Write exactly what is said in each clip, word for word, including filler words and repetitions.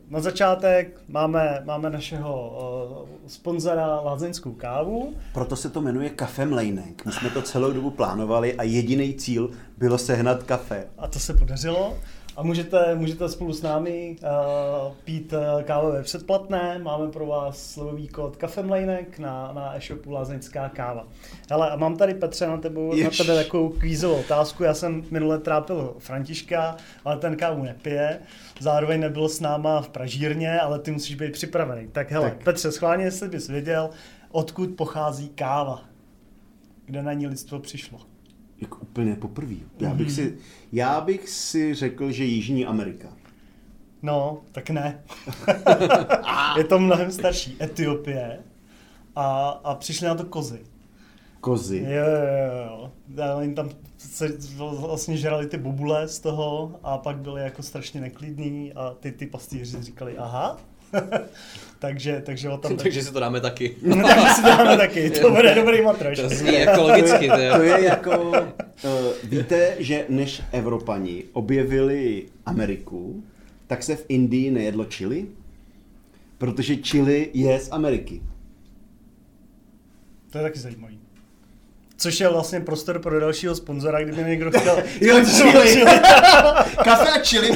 na začátek máme, máme našeho uh, sponzora Lázeňskou kávu. Proto se to jmenuje Kafe Mlejnek. My jsme to celou dobu plánovali a jediný cíl bylo sehnat kafe. A to se podařilo. A můžete, můžete spolu s námi uh, pít uh, kávové předplatné. Máme pro vás slevový kód Kafemlejnek na, na e-shopu Lázeňská káva. Hele, a mám tady, Petře, na, tebou, na tebe takovou kvízovou otázku. Já jsem minule trápil Františka, ale ten kávu nepije. Zároveň nebyl s náma v pražírně, ale ty musíš být připravený. Tak hele, tak. Petře, schválně, jestli bys věděl, odkud pochází káva. Kde na ní lidstvo přišlo. Jako úplně poprvé. Já bych si, já bych si řekl, že Jižní Amerika. No, tak ne. Je to mnohem starší. Etiopie. A, a přišli na to kozy. Kozy? Jo, jo, jo. Oni tam se vlastně žrali ty bobule z toho a pak byli jako strašně neklidní a ty, ty pastýři říkali aha. takže, takže o tam... takže si to dáme taky. No, takže si to dáme taky, to bude dobrý matroš. To zní ekologicky. To je, to je jako... Uh, víte, že než Evropani objevili Ameriku, tak se v Indii nejedlo chili? Protože chili je z Ameriky. To je taky zajímavý. Což je vlastně prostor pro dalšího sponzora, kdyby někdo chtěl... jo, chili! Kafe a chili!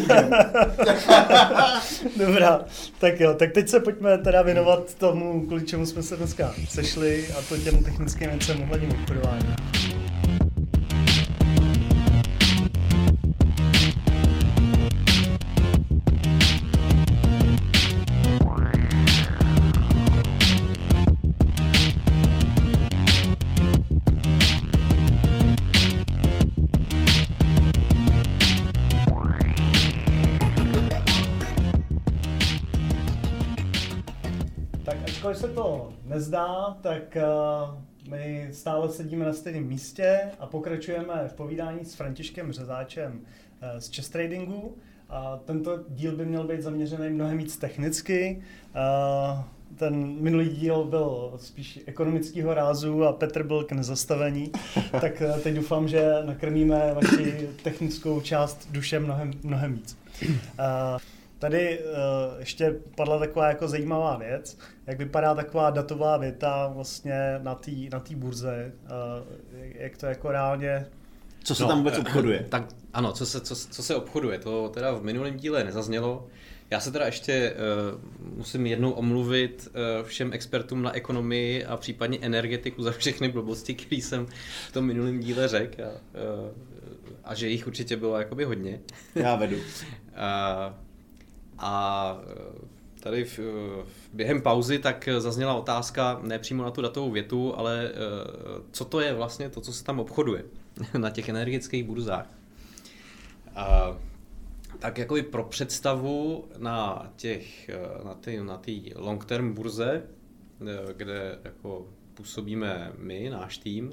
Dobrá, tak jo, tak teď se pojďme teda věnovat tomu, kvůli čemu jsme se dneska sešli, a to těm technickým věcem ohledně obchodování. Ačkoliv se to nezdá, tak uh, my stále sedíme na stejném místě a pokračujeme v povídání s Františkem Řezáčem uh, z Chess Tradingu. A tento díl by měl být zaměřený mnohem víc technicky. Uh, ten minulý díl byl spíš ekonomického rázu a Petr byl k nezastavení. Tak uh, teď doufám, že nakrmíme vaši technickou část duše mnohem, mnohem víc. Uh, Tady uh, ještě padla taková jako zajímavá věc, jak vypadá taková datová věta vlastně na té na té burze, uh, jak to jako reálně... Co se no, tam vůbec obchoduje? Tak ano, co se, co, co se obchoduje, to teda v minulém díle nezaznělo. Já se teda ještě uh, musím jednou omluvit uh, všem expertům na ekonomii a případně energetiku za všechny blbosti, které jsem v tom minulém díle řekl a, uh, a že jich určitě bylo jakoby hodně. Já vedu. uh, A tady v, během pauzy tak zazněla otázka ne přímo na tu datovou větu, ale co to je vlastně to, co se tam obchoduje na těch energetických burzách. A, tak jako i pro představu na těch na ty, na ty long term burze, kde jako působíme my, náš tým,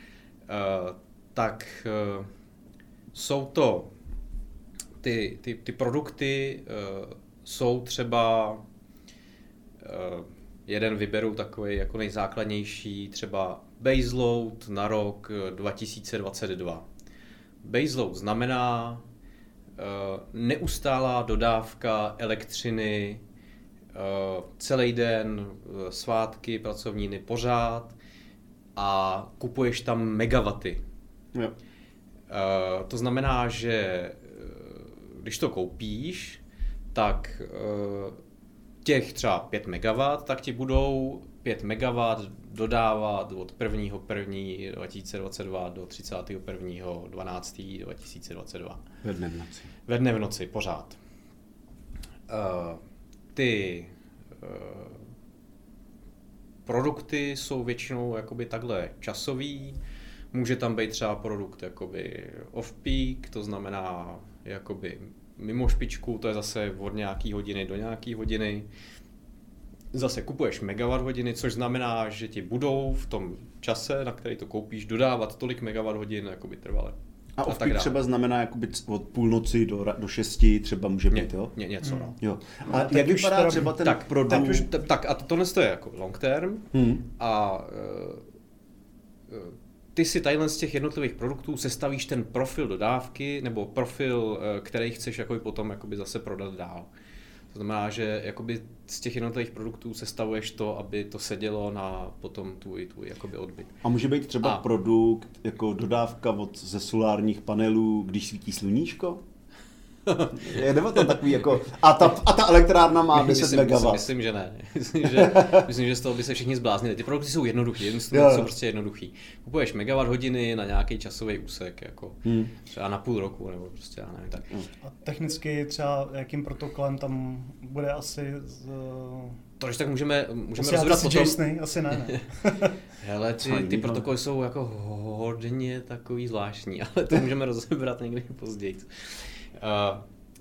tak jsou to Ty, ty, ty produkty uh, jsou třeba, uh, jeden vyberu takový jako nejzákladnější, třeba baseload na rok dva tisíce dvacet dva. Baseload znamená uh, neustálá dodávka elektřiny uh, celý den, uh, svátky, pracovní dny pořád a kupuješ tam megawaty. Jo. Uh, to znamená, že když to koupíš, tak těch třeba pět megawattů, tak ti budou pět megawattů dodávat od prvního prvního dva tisíce dvacet dva do třicátého prvního dvanáctého dva tisíce dvacet dva. Ve dne v noci. Ve dne v noci, pořád. Ty produkty jsou většinou jakoby takhle časový. Může tam být třeba produkt jakoby off-peak, to znamená jakoby mimo špičku, to je zase od nějaký hodiny do nějaký hodiny. Zase kupuješ megawatt hodiny, což znamená, že ti budou v tom čase, na který to koupíš, dodávat tolik megawatt hodin jakoby trvale. A off-peak třeba znamená jakoby od půlnoci do, do šesti třeba může být, jo? Ně, něco, no. Jo. A no, jak vypadá třeba ten tak, produkt? Tak, už, tak a tohle je jako long term hmm. a uh, ty si tadyhle z těch jednotlivých produktů sestavíš ten profil dodávky nebo profil, který chceš jakoby potom jakoby zase prodat dál. To znamená, že jakoby z těch jednotlivých produktů sestavuješ to, aby to sedělo na potom tvůj, tvůj jakoby odbyt. A může být třeba a. produkt jako dodávka od ze solárních panelů, když svítí sluníčko? Je nebo to takový jako, a ta, a ta elektrárna má deset megawattů. Myslím, že ne. Myslím, že, myslím, že z toho by se všichni zbláznili. Ty produkty jsou jednoduchý, instrumenty jsou prostě jednoduchý. Kupuješ megawatt hodiny na nějaký časový úsek, jako hmm. třeba na půl roku, nebo prostě, já nevím, tak. A technicky třeba jakým protokolem tam bude asi z... To, že tak můžeme, můžeme rozebrat potom. Jasný, asi ne. ne. Hele, ty, ty protokoly jsou jako hodně takový zvláštní, ale to můžeme rozebrat někdy později. Uh,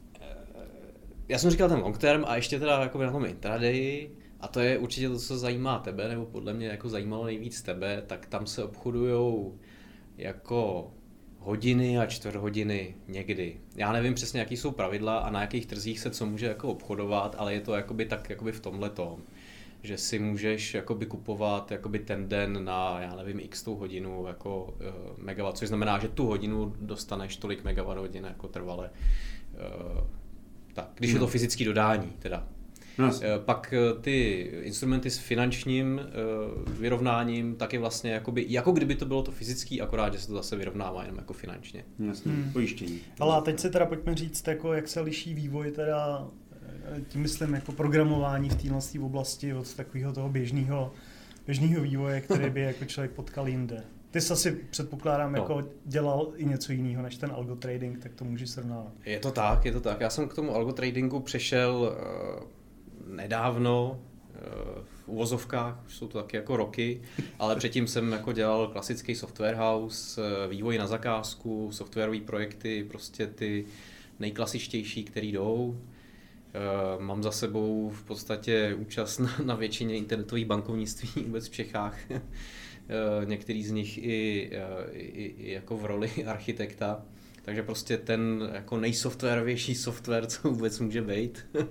já jsem říkal ten long term a ještě teda jako na tom intraday, a to je určitě to, co zajímá tebe, nebo podle mě jako zajímalo nejvíc tebe, tak tam se obchodujou jako hodiny a čtvrt hodiny někdy. Já nevím přesně, jaký jsou pravidla a na jakých trzích se co může jako obchodovat, ale je to jakoby tak jakoby v tomhletom, že si můžeš jakoby kupovat jakoby ten den na, já nevím, x tou hodinu jako uh, megawatt, což znamená, že tu hodinu dostaneš tolik megawatt hodin jako trvale. Uh, tak, když no. je to fyzické dodání teda. No. Uh, pak uh, ty instrumenty s finančním uh, vyrovnáním taky vlastně jakoby, jako kdyby to bylo to fyzický, akorát, že se to zase vyrovnává jenom jako finančně. Jasně, hmm. pojištění. Ale a teď se teda pojďme říct, jako, jak se liší vývoj teda, tím myslím jako programování v téhle oblasti od takového toho běžného běžného vývoje, který by jako člověk potkal jinde. Ty jsi asi, předpokládám, no. jako dělal i něco jiného než ten algo trading, tak to můžeš srovnávat. Je to tak, je to tak. Já jsem k tomu algo tradingu přešel uh, nedávno, uh, v uvozovkách, už jsou to taky jako roky, ale předtím jsem jako dělal klasický software house, vývoj na zakázku, softwarové projekty, prostě ty nejklasičtější, který jdou. Uh, mám za sebou v podstatě účast na, na většině internetových bankovnictví vůbec v Čechách. uh, některý z nich i, uh, i, i jako v roli architekta. Takže prostě ten jako nejsoftwarovější software, co vůbec může být. uh,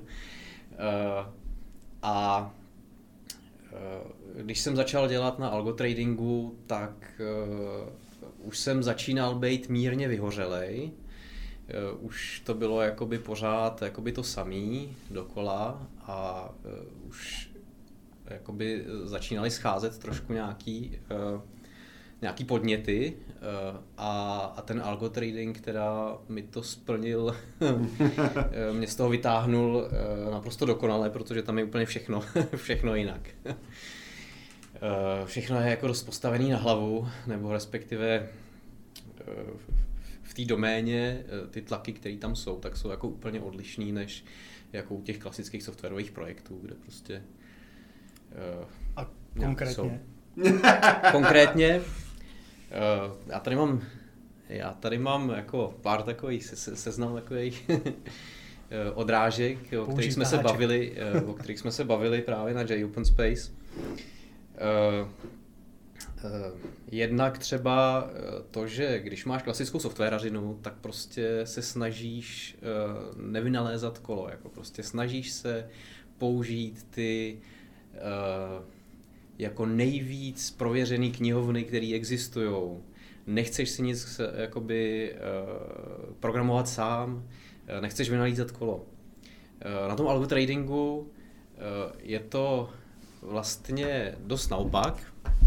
a uh, když jsem začal dělat na algo tradingu, tak uh, už jsem začínal být mírně vyhořelej. Uh, už to bylo jakoby pořád jakoby to samý dokola a uh, už jakoby začínaly scházet trošku nějaký, uh, nějaký podněty uh, a, a ten algo trading teda mi to splnil, mě z toho vytáhnul uh, naprosto dokonale, protože tam je úplně všechno, všechno jinak. uh, všechno je jako dost postavený na hlavu, nebo respektive uh, v té doméně ty tlaky, které tam jsou, tak jsou jako úplně odlišný než jako u těch klasických softwarových projektů, kde prostě uh, a konkrétně? Konkrétně uh, já tady mám já tady mám jako pár takových se, se, seznam takových odrážek, o kterých jsme se bavili, uh, o kterých jsme se bavili právě na JOpenSpace. Uh, Uh, jednak třeba to, že když máš klasickou softwarařinu, tak prostě se snažíš uh, nevynalézat kolo, jako prostě snažíš se použít ty uh, jako nejvíc prověřený knihovny, které existují. Nechceš si nic jakoby uh, programovat sám, uh, nechceš vynalízat kolo. Uh, na tom algo tradingu uh, je to vlastně dost naopak.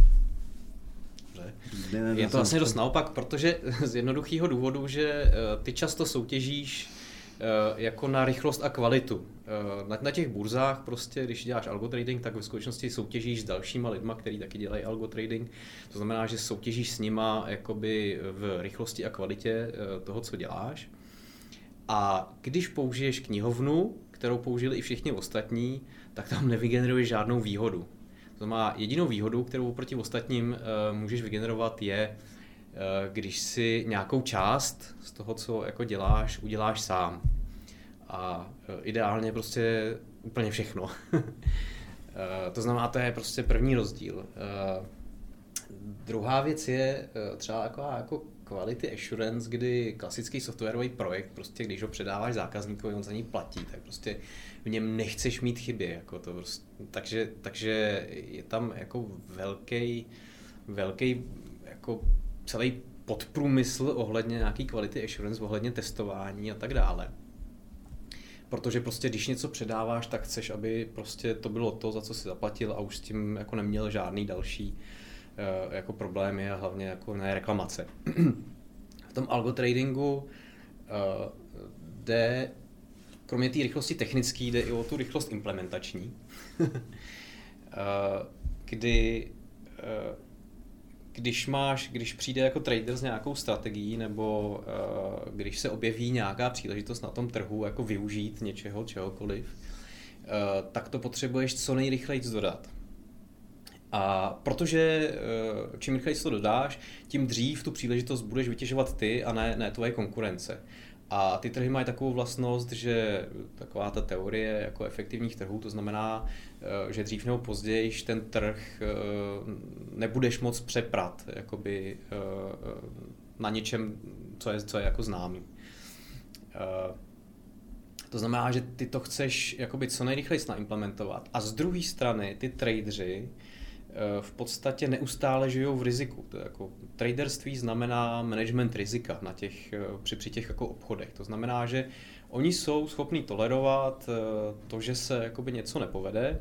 Je to vlastně dost naopak, protože z jednoduchého důvodu, že ty často soutěžíš jako na rychlost a kvalitu. Na těch burzách prostě, když děláš algo trading, tak ve skutečnosti soutěžíš s dalšíma lidma, kteří taky dělají algo trading. To znamená, že soutěžíš s nima jakoby v rychlosti a kvalitě toho, co děláš. A když použiješ knihovnu, kterou použili i všichni ostatní, tak tam nevygeneruješ žádnou výhodu. To znamená, jedinou výhodu, kterou oproti ostatním uh, můžeš vygenerovat, je, uh, když si nějakou část z toho, co jako děláš, uděláš sám. A uh, ideálně prostě úplně všechno. uh, to znamená, to je prostě první rozdíl. Uh, druhá věc je uh, třeba taková jako quality assurance, kdy klasický softwarový projekt, prostě když ho předáváš zákazníkovi, on za ní platí, tak prostě v něm nechceš mít chyby, jako to prostě, takže, takže je tam jako velký, velký jako celý podprůmysl ohledně nějaký quality assurance, ohledně testování a tak dále. protože prostě když něco předáváš, tak chceš, aby prostě to bylo to, za co si zaplatil a už s tím jako neměl žádný další uh, jako problémy a hlavně jako ne reklamace. V tom algo tradingu uh, jde, kromě té rychlosti technické, jde i o tu rychlost implementační, uh, kdy uh, Když máš, když přijde jako trader s nějakou strategií nebo uh, když se objeví nějaká příležitost na tom trhu jako využít něčeho, čehokoliv, uh, tak to potřebuješ co nejrychleji dodat. A protože uh, čím rychleji to dodáš, tím dřív tu příležitost budeš vytěžovat ty a ne, ne tvoje konkurence. A ty trhy mají takovou vlastnost, že taková ta teorie jako efektivních trhů, to znamená, že dřív nebo později ten trh nebudeš moc přeprat jakoby na něčem, co je, co je jako známý. To znamená, že ty to chceš jakoby co nejrychleji naimplementovat. A z druhé strany ty tradeři v podstatě neustále žijou v riziku. To jako traderství znamená management rizika na těch, při, při těch jako obchodech. To znamená, že oni jsou schopní tolerovat to, že se jakoby něco nepovede,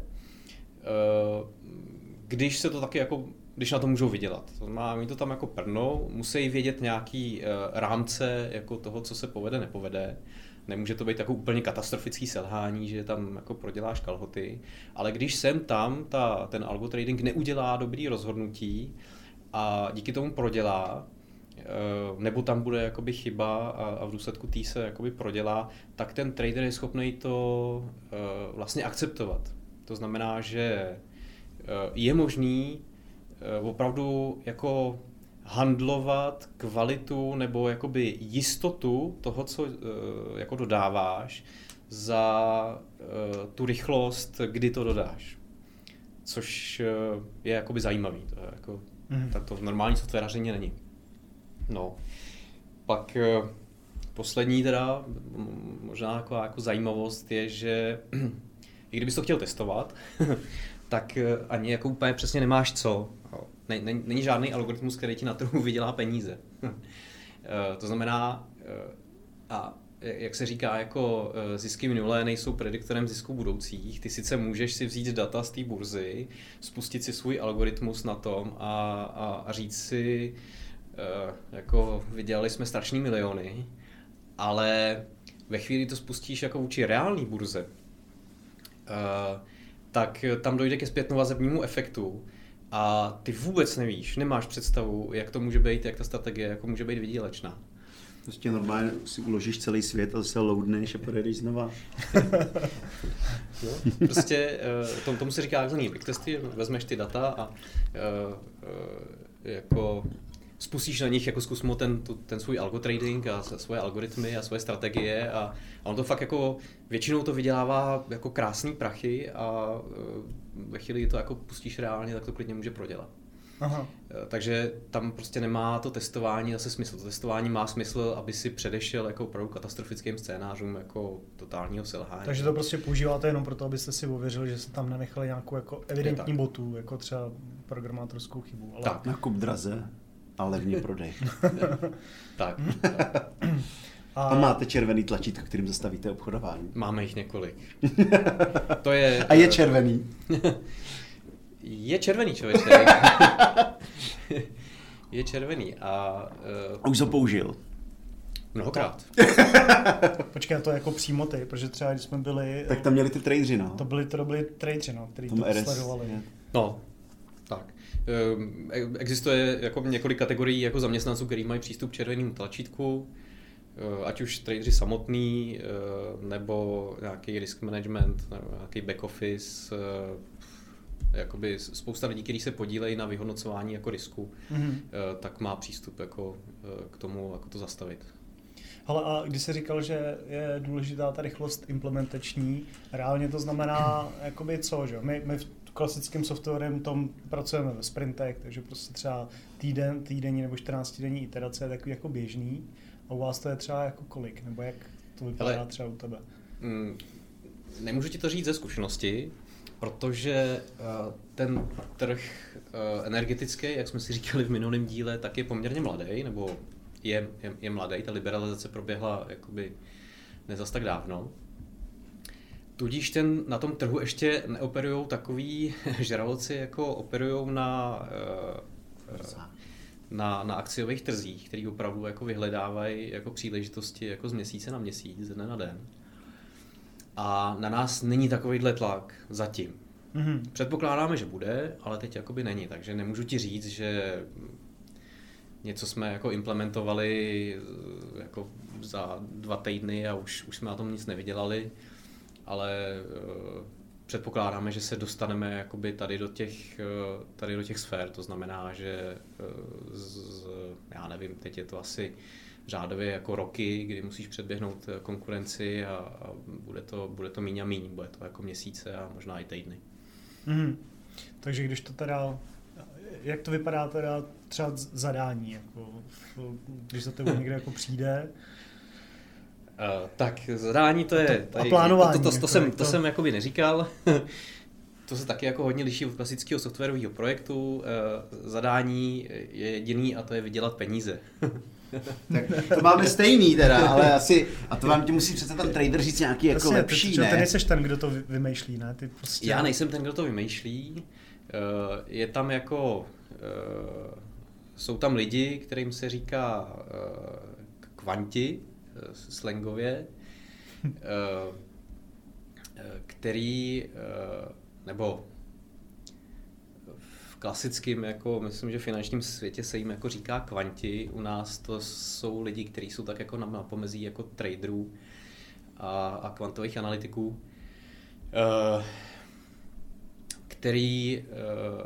když se to taky jako, když na to můžou vydělat. To znamená, oni to tam jako prnou, musí vědět nějaký rámce jako toho, co se povede, nepovede. Nemůže to být jako úplně katastrofický selhání, že tam jako proděláš kalhoty, ale když sem tam ta, ten algo trading neudělá dobrý rozhodnutí a díky tomu prodělá, nebo tam bude jakoby chyba a, a v důsledku tý se jakoby prodělá, tak ten trader je schopný to vlastně akceptovat. To znamená, že je možný opravdu jako handlovat kvalitu nebo jakoby jistotu toho, co jako dodáváš za tu rychlost, kdy to dodáš. Což je jakoby zajímavý. To, je jako, mm. to v normální softwarařině není. No. Pak poslední teda, možná jako, jako zajímavost je, že i kdybys to chtěl testovat, tak ani jako úplně přesně nemáš co. Není, není žádný algoritmus, který ti na trhu vydělá peníze. To znamená, a jak se říká, jako zisky minulé nejsou prediktorem zisku budoucích. Ty sice můžeš si vzít data z té burzy, spustit si svůj algoritmus na tom a, a, a říct si, jako vydělali jsme strašný miliony, ale ve chvíli to spustíš jako vůči reální burze, tak tam dojde ke zpětnovazebnímu efektu a ty vůbec nevíš, nemáš představu, jak to může být, jak ta strategie jako může být výdělečná. Prostě normálně si uložíš celý svět a se loadneš a pojedeš znova. No, prostě tomu, tomu se říká takzvaný backtesty, vezmeš ty data a uh, uh, jako spustíš na nich jako zkusmo ten, ten svůj algotrading a svoje algoritmy a svoje strategie a, a on to fakt jako většinou to vydělává jako krásný prachy a ve chvíli, kdy to jako pustíš reálně, tak to klidně může prodělat. Aha. Takže tam prostě nemá to testování zase smysl. To testování má smysl, aby si předešel jako opravdu katastrofickým scénářům jako totálního selhání. Takže to prostě používáte jenom proto, abyste si ověřili, že jste tam nenechali nějakou jako evidentní botu, jako třeba programátorskou chybu. Ale... Tak, nakup draze a levně prodej. Tak. A... a máte červený tlačítko, kterým zastavíte obchodování. Máme jich několik. To je... A je červený. Je červený, člověče. Je červený a... Uh... Už to použil. Mnohokrát. Počkej, to jako přímo ty, protože třeba když jsme byli... Tak tam měli ty tradeři, no. To byli, to byli tradeři, no, který to sledovali. No, tak. Existuje jako několik kategorií jako zaměstnanců, kteří mají přístup k červenému tlačítku, ať už tradeři samotný, nebo nějaký risk management, nebo nějaký back office, jakoby spousta lidí, kteří se podílejí na vyhodnocování jako risku, mm-hmm. tak má přístup jako k tomu, jako to zastavit. Ale a když jsi říkal, že je důležitá ta rychlost implementační, reálně to znamená jakoby co, že? My, my v klasickém softwarem tom pracujeme ve sprintech, takže prostě třeba týden, týdenní nebo čtrnáctidenní iterace je takový jako běžný a u vás to je třeba jako kolik, nebo jak to vypadá Ale, třeba u tebe? Mm, nemůžu ti to říct ze zkušenosti, protože uh, ten trh uh, energetický, jak jsme si říkali v minulém díle, tak je poměrně mladý, nebo je, je, je mladý, ta liberalizace proběhla jakoby nezas tak dávno. tudíž ten, na tom trhu ještě neoperují takový žraloci, jako operují na, na, na akciových trzích, který opravdu jako vyhledávají jako příležitosti jako z měsíce na měsíc, z dne na den. A na nás není takovýhle tlak zatím. Mm-hmm. Předpokládáme, že bude, ale teď jakoby není, takže nemůžu ti říct, že něco jsme jako implementovali jako za dva týdny a už, už jsme na tom nic nevydělali, ale uh, předpokládáme, že se dostaneme jakoby tady do těch, uh, tady do těch sfér, to znamená, že uh, z, já nevím, teď je to asi řádově jako roky, kdy musíš předběhnout konkurenci a, a bude to, bude to míň a míň, bude to jako měsíce a možná i týdny. Mm. Takže když to teda, jak to vypadá teda třeba zadání, jako, když za tebou někde jako přijde? Uh, tak zadání to je, a, to, a plánování. To, to, to, to, jako jsem, to... to jsem jakoby neříkal. To se taky jako hodně liší od klasického softwarového projektu. Uh, zadání je jediný a to je vydělat peníze. Tak to máme stejný teda, ale asi, a to vám ti musí přece ten trader říct nějaký jako Jasně, lepší, ty, ne? Ty nejseš ten, kdo to vymýšlí, ne? Ty prostě... Já nejsem ten, kdo to vymýšlí. Je tam jako, jsou tam lidi, kterým se říká kvanti, slangově, který, nebo klasickým, jako myslím, že v finančním světě se jim jako říká kvanti. U nás to jsou lidi, kteří jsou tak jako na, na pomezí jako traderů a, a kvantových analytiků, uh, který uh,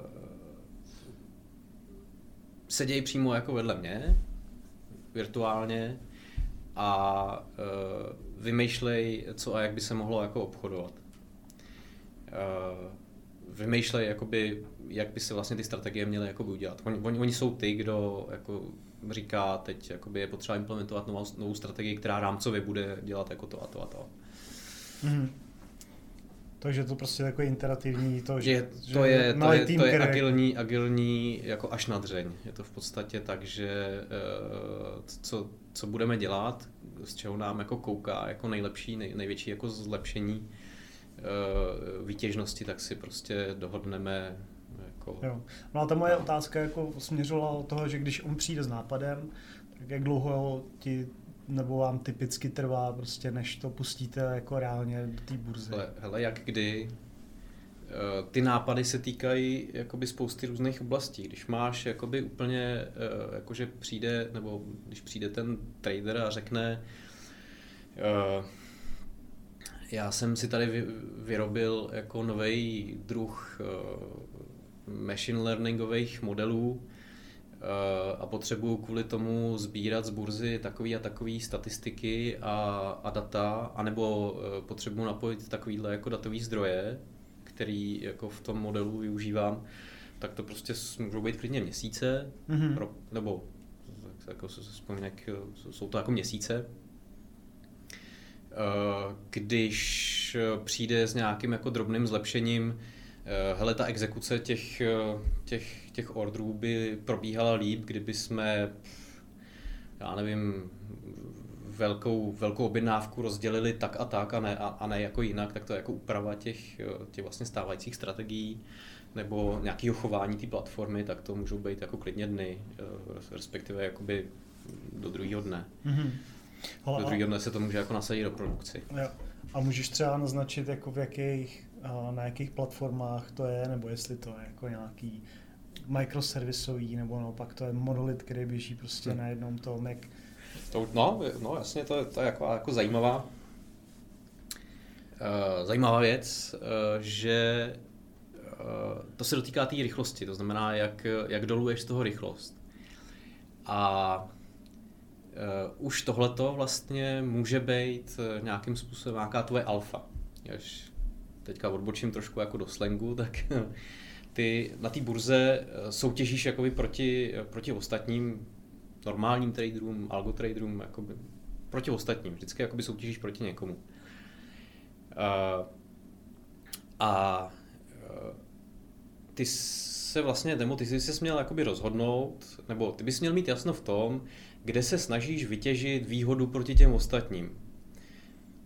sedějí přímo jako vedle mě, virtuálně, a uh, vymýšlej, co a jak by se mohlo jako obchodovat. Uh, vymýšlej, jakoby, jak by se vlastně ty strategie měly jakoby udělat. Oni, oni, oni jsou ty, kdo jako říká, teď jakoby je potřeba implementovat novou, novou strategii, která rámcově bude dělat jako to a to a to. Mm. Takže to prostě takový interaktivní, to, že, je, že to je, to je, tým, to je který... agilní, agilní jako až na dřeň. Je to v podstatě tak, že co, co budeme dělat, z čeho nám jako kouká jako nejlepší, nej, největší jako zlepšení výtěžnosti, tak si prostě dohodneme. Jako... Jo. No a ta moje otázka jako směřovala od toho, že když on přijde s nápadem, tak jak dlouho ti nebo vám typicky trvá, prostě, než to pustíte jako reálně do té burzy? Hele, hele, jak kdy. Ty nápady se týkají jakoby spousty různých oblastí. Když máš jakoby úplně, jakože přijde, nebo když přijde ten trader a řekne, já jsem si tady vyrobil jako nový druh machine learningových modelů a potřebuju kvůli tomu sbírat z burzy takový a takový statistiky a, a data, anebo potřebuju napojit takovýhle jako datový zdroje, který jako v tom modelu využívám, tak to prostě můžou být klidně měsíce, mm-hmm. pro, nebo jako vzpomínek, jsou to jako měsíce. Když přijde s nějakým jako drobným zlepšením, hele, ta exekuce těch, těch, těch orderů by probíhala líp, kdyby jsme, já nevím, velkou, velkou objednávku rozdělili tak a tak a ne, a, a ne jako jinak, tak to je jako úprava těch, těch vlastně stávajících strategií nebo nějakého chování té platformy, tak to můžou být jako klidně dny, respektive jakoby do druhého dne. Mm-hmm. Do druhého dne se to může jako nasadit do produkci. Jo. A můžeš třeba naznačit, jako v jakých, na jakých platformách to je, nebo jestli to je jako nějaký microservisový, nebo naopak to je monolit, který běží prostě hmm. na jednom tom, jak... To, no, no jasně, to je, to je jako, jako zajímavá, uh, zajímavá věc, uh, že uh, to se dotýká té rychlosti, to znamená, jak, jak doluješ z toho rychlost. A Uh, už tohleto vlastně může být uh, nějakým způsobem nějaká tvoje alfa. Až teďka odbočím trošku jako do slangu, tak ty na té burze uh, soutěžíš jakoby proti, uh, proti ostatním normálním traderům, algo traderům, jakoby proti ostatním. Vždycky jakoby soutěžíš proti někomu. Uh, a uh, ty se vlastně, demo, ty jsi se měl jakoby rozhodnout, nebo ty bys měl mít jasno v tom, kde se snažíš vytěžit výhodu proti těm ostatním.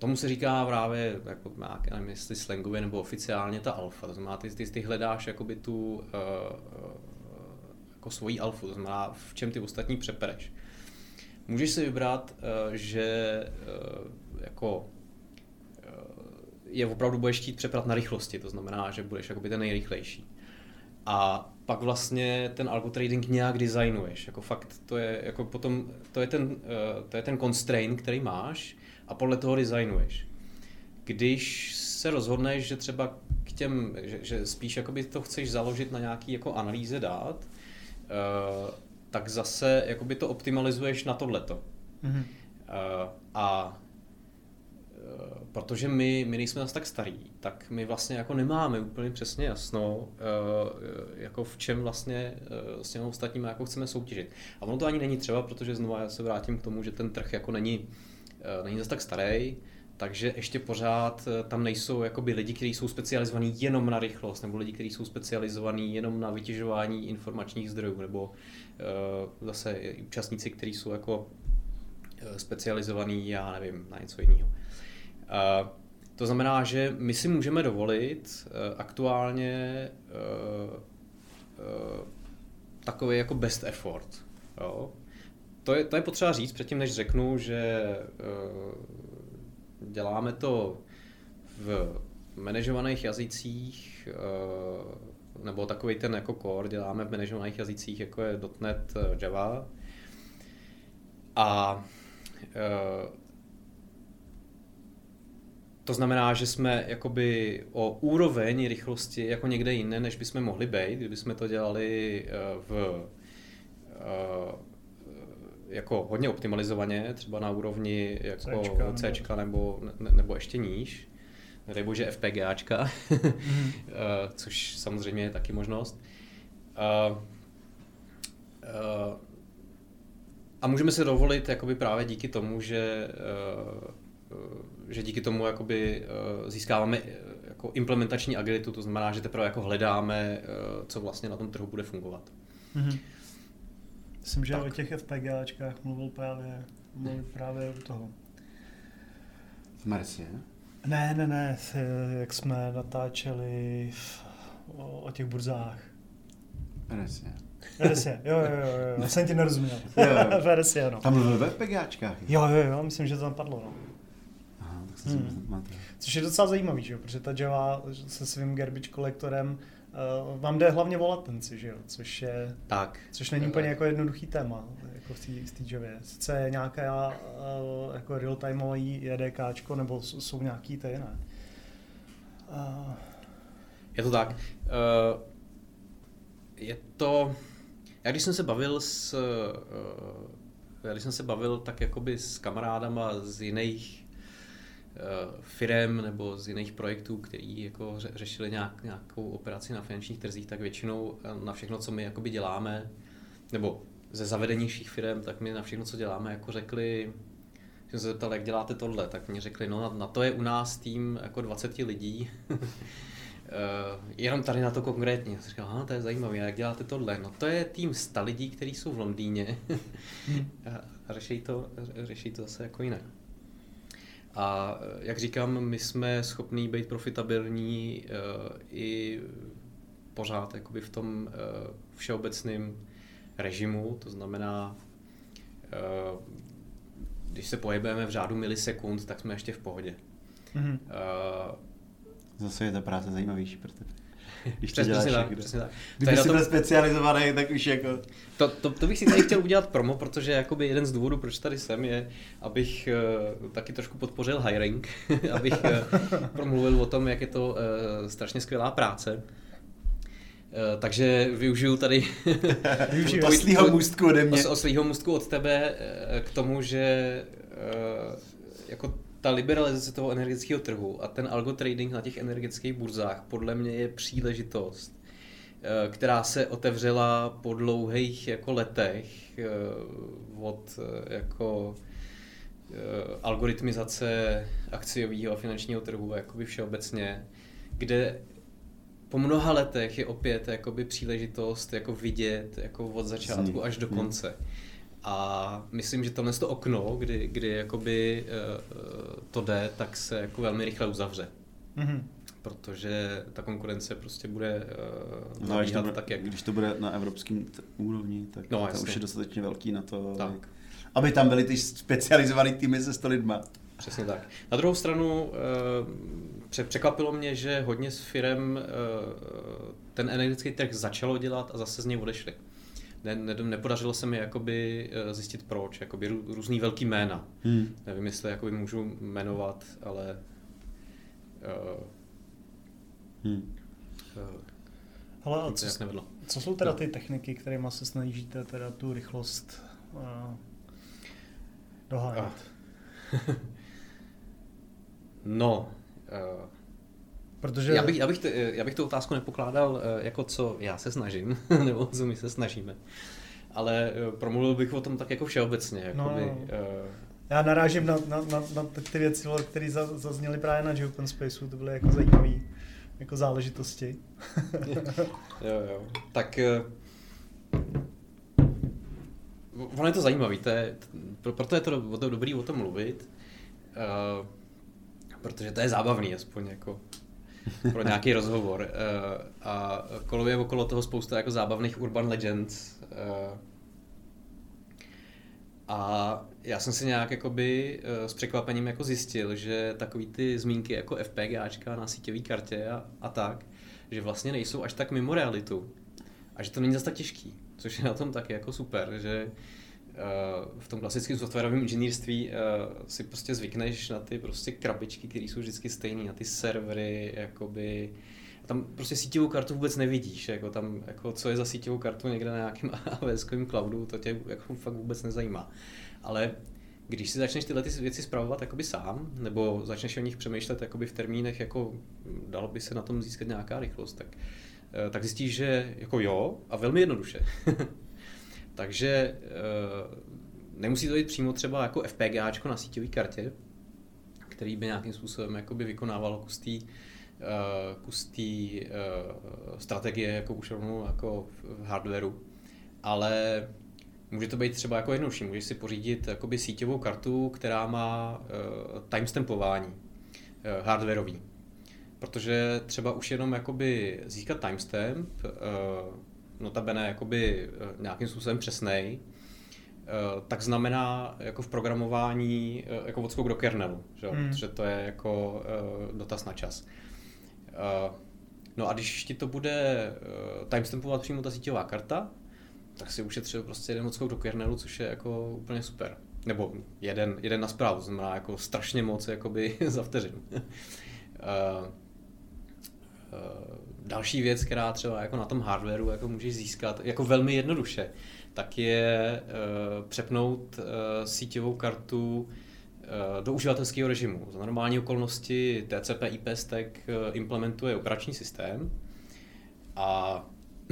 tomu se říká právě, jako, nevím, jestli slangově nebo oficiálně, ta alfa. To znamená, ty, ty, ty hledáš jakoby tu uh, jako svoji alfu, to znamená, v čem ty ostatní přepereš. Můžeš si vybrat, uh, že uh, jako uh, je opravdu budeš chtít přeprat na rychlosti, to znamená, že budeš jakoby ten nejrychlejší. A pak vlastně ten algo trading nějak designuješ, jako fakt to je jako potom to je ten uh, to je ten constraint, který máš a podle toho designuješ. Když se rozhodneš, že třeba k těm že, že spíš jakoby to chceš založit na nějaký jako analýze dát, uh, tak zase jakoby to optimalizuješ na tohleto. Mm-hmm. Uh, a protože my, my nejsme zase tak starý, tak my vlastně jako nemáme úplně přesně jasno, jako v čem vlastně s těmi ostatními jako chceme soutěžit. A ono to ani není třeba, protože znovu já se vrátím k tomu, že ten trh jako není, není zase tak starý, takže ještě pořád tam nejsou jakoby lidi, kteří jsou specializovaní jenom na rychlost, nebo lidi, kteří jsou specializovaní jenom na vytěžování informačních zdrojů, nebo zase účastníci, kteří jsou jako specializovaní, já nevím, na něco jiného. Uh, to znamená, že my si můžeme dovolit uh, aktuálně uh, uh, takový jako best effort. Jo? To, je, to je potřeba říct předtím, než řeknu, že uh, děláme to v manažovaných jazycích, uh, nebo takový ten jako core děláme v manažovaných jazycích, jako je .NET, Java. A uh, to znamená, že jsme jakoby o úroveň rychlosti jako někde jinde, než bychom mohli být, kdybychom to dělali v jako hodně optimalizovaně, třeba na úrovni jako Cčka, Cčka nebo, ne, nebo ještě níž, nedej bože FPGAčka, mm. což samozřejmě je taky možnost. A můžeme si dovolit jakoby právě díky tomu, že že díky tomu jakoby získáváme jako implementační agilitu, to znamená, že teprve jako hledáme, co vlastně na tom trhu bude fungovat. Mm-hmm. Myslím, že tak. O těch FPGAčkách mluvil právě, mluvil právě u toho. V Marsie? Ne, ne, ne, jak jsme natáčeli v, o, o těch burzách. Marsie. Versie, jo, jo, jo, jo, jsem ti nerozuměl. Versie, no. Tam mluvil ve FPGAčkách? Jo, jo, jo, myslím, že to tam padlo, no. Aha, tak se hmm. si máte. Což je docela zajímavý, že jo, protože ta Java se svým garbage kolektorem uh, vám jde hlavně o latenci, že jo, což je, tak, což není úplně jako jednoduchý téma, jako v té Javě. Sice je nějaká uh, jako real-timeový JDKčko, nebo jsou nějaký ty, ne? Uh. Je to tak. Uh, je to... Já když jsem se bavil s... Uh, já když jsem se bavil tak jakoby s kamarádama z jiných uh, firem nebo z jiných projektů, který jako ře- řešili nějak, nějakou operaci na finančních trzích, tak většinou na všechno, co my jakoby děláme, nebo ze zavedenějších firem, tak my na všechno, co děláme, jako řekli, že jsem se zeptal, jak děláte tohle, tak mi řekli, no na, na to je u nás tým jako dvacet lidí. Uh, jenom tady na to konkrétně. Já jsem říkal, aha, to je zajímavé, jak děláte tohle? No to je tým sta lidí, kteří jsou v Londýně a řeší to, řeší to zase jako jinak. A jak říkám, my jsme schopní být profitabilní uh, i pořád jakoby v tom uh, všeobecném režimu, to znamená, uh, když se pohybujeme v řádu milisekund, tak jsme ještě v pohodě. Mm-hmm. Uh, Zase je ta práce zajímavější pro tebe. Když to děláš tak, přesně tak. Kdyby jsi byl specializovaný, tak už jako... To, to, to bych si tady chtěl udělat promo, protože jakoby jeden z důvodů, proč tady jsem, je, abych uh, taky trošku podpořil hiring, abych uh, promluvil o tom, jak je to uh, strašně skvělá práce. Uh, takže využiju tady oslýho můstku ode mě. Oslýho můstku od tebe uh, k tomu, že uh, jako ta liberalizace toho energetického trhu a ten algo trading na těch energetických burzách podle mě je příležitost, která se otevřela po dlouhých jako letech od jako algoritmizace akciového a finančního trhu jakoby všeobecně, kde po mnoha letech je opět jakoby příležitost jako vidět jako od začátku až do konce. A myslím, že tohle to okno, kdy, kdy jakoby to jde, tak se jako velmi rychle uzavře. Mm-hmm. Protože ta konkurence prostě bude uh, no, nabíhat bude, tak, jak... Když to bude na evropském t- úrovni, tak no, to už je dostatečně velký na to, tak. aby, aby tam byly ty specializované týmy se sto lidma. Přesně tak. Na druhou stranu uh, překvapilo mě, že hodně s firem uh, ten energetický trh začalo dělat a zase z něj odešli. Ne, ne, nepodařilo se mi jakoby zjistit proč, jakoby rů, různý velký jména. Hmm. Nevím, jestli jakoby můžu jmenovat, ale uh, hmm. uh, ale a co, co jsou teda ty techniky, kterými se snažíte teda tu rychlost uh, dohánět? Uh. no, uh, Protože... Já bych, já, bych t, já bych tu otázku nepokládal jako co já se snažím, nebo co my se snažíme, ale promluvil bych o tom tak jako všeobecně. Jakoby, no, uh... Já narážím na, na, na, na ty věci, které zazněly právě na Open Spaceu, to byly jako zajímavé jako záležitosti. jo, jo. Tak uh, ono je to zajímavé, to je, proto je to, to dobrý o tom mluvit, uh, protože to je zábavný aspoň jako pro nějaký rozhovor. A koluje okolo toho spousta jako zábavných urban legends. A já jsem si nějak jakoby s překvapením jako zjistil, že takový ty zmínky jako FPGAčka na síťové kartě a, a tak, že vlastně nejsou až tak mimo realitu. A že to není zase tak těžký, což je na tom taky jako super, že v tom klasickém softwarovém inženýrství uh, si prostě zvykneš na ty prostě krabičky, které jsou vždycky stejné, na ty servery, jakoby, tam prostě síťovou kartu vůbec nevidíš, jako tam, jako co je za síťovou kartu někde na nějakém AWSkovém cloudu, to tě jako fakt vůbec nezajímá. Ale když si začneš tyhle ty věci spravovat jakoby sám, nebo začneš o nich přemýšlet jakoby v termínech, jako dalo by se na tom získat nějaká rychlost, tak, uh, tak zjistíš, že jako jo, a velmi jednoduše. Takže nemusí to být přímo třeba jako FPGAčko na síťové kartě, který by nějakým způsobem jakoby vykonával kus té kus té strategie jako už rovnou jako v hardwareu, ale může to být třeba jako jednodušší. Můžeš si pořídit jakoby síťovou kartu, která má timestampování hardwareový. Protože třeba už jenom jakoby získat timestamp, notabene jakoby nějakým způsobem přesnej, tak znamená jako v programování jako odskok do kernelu, že? Hmm. Protože to je jako dotaz na čas. No a když ti to bude timestampovat přímo ta síťová karta, tak si ušetřil prostě jeden odskok do kernelu, což je jako úplně super. Nebo jeden, jeden na zprávu, znamená jako strašně moc jakoby za vteřinu. Další věc, která třeba jako na tom hardwareu jako můžeš získat jako velmi jednoduše, tak je uh, přepnout uh, síťovou kartu uh, do uživatelského režimu. Za normální okolnosti T C P I P stack uh, implementuje operační systém a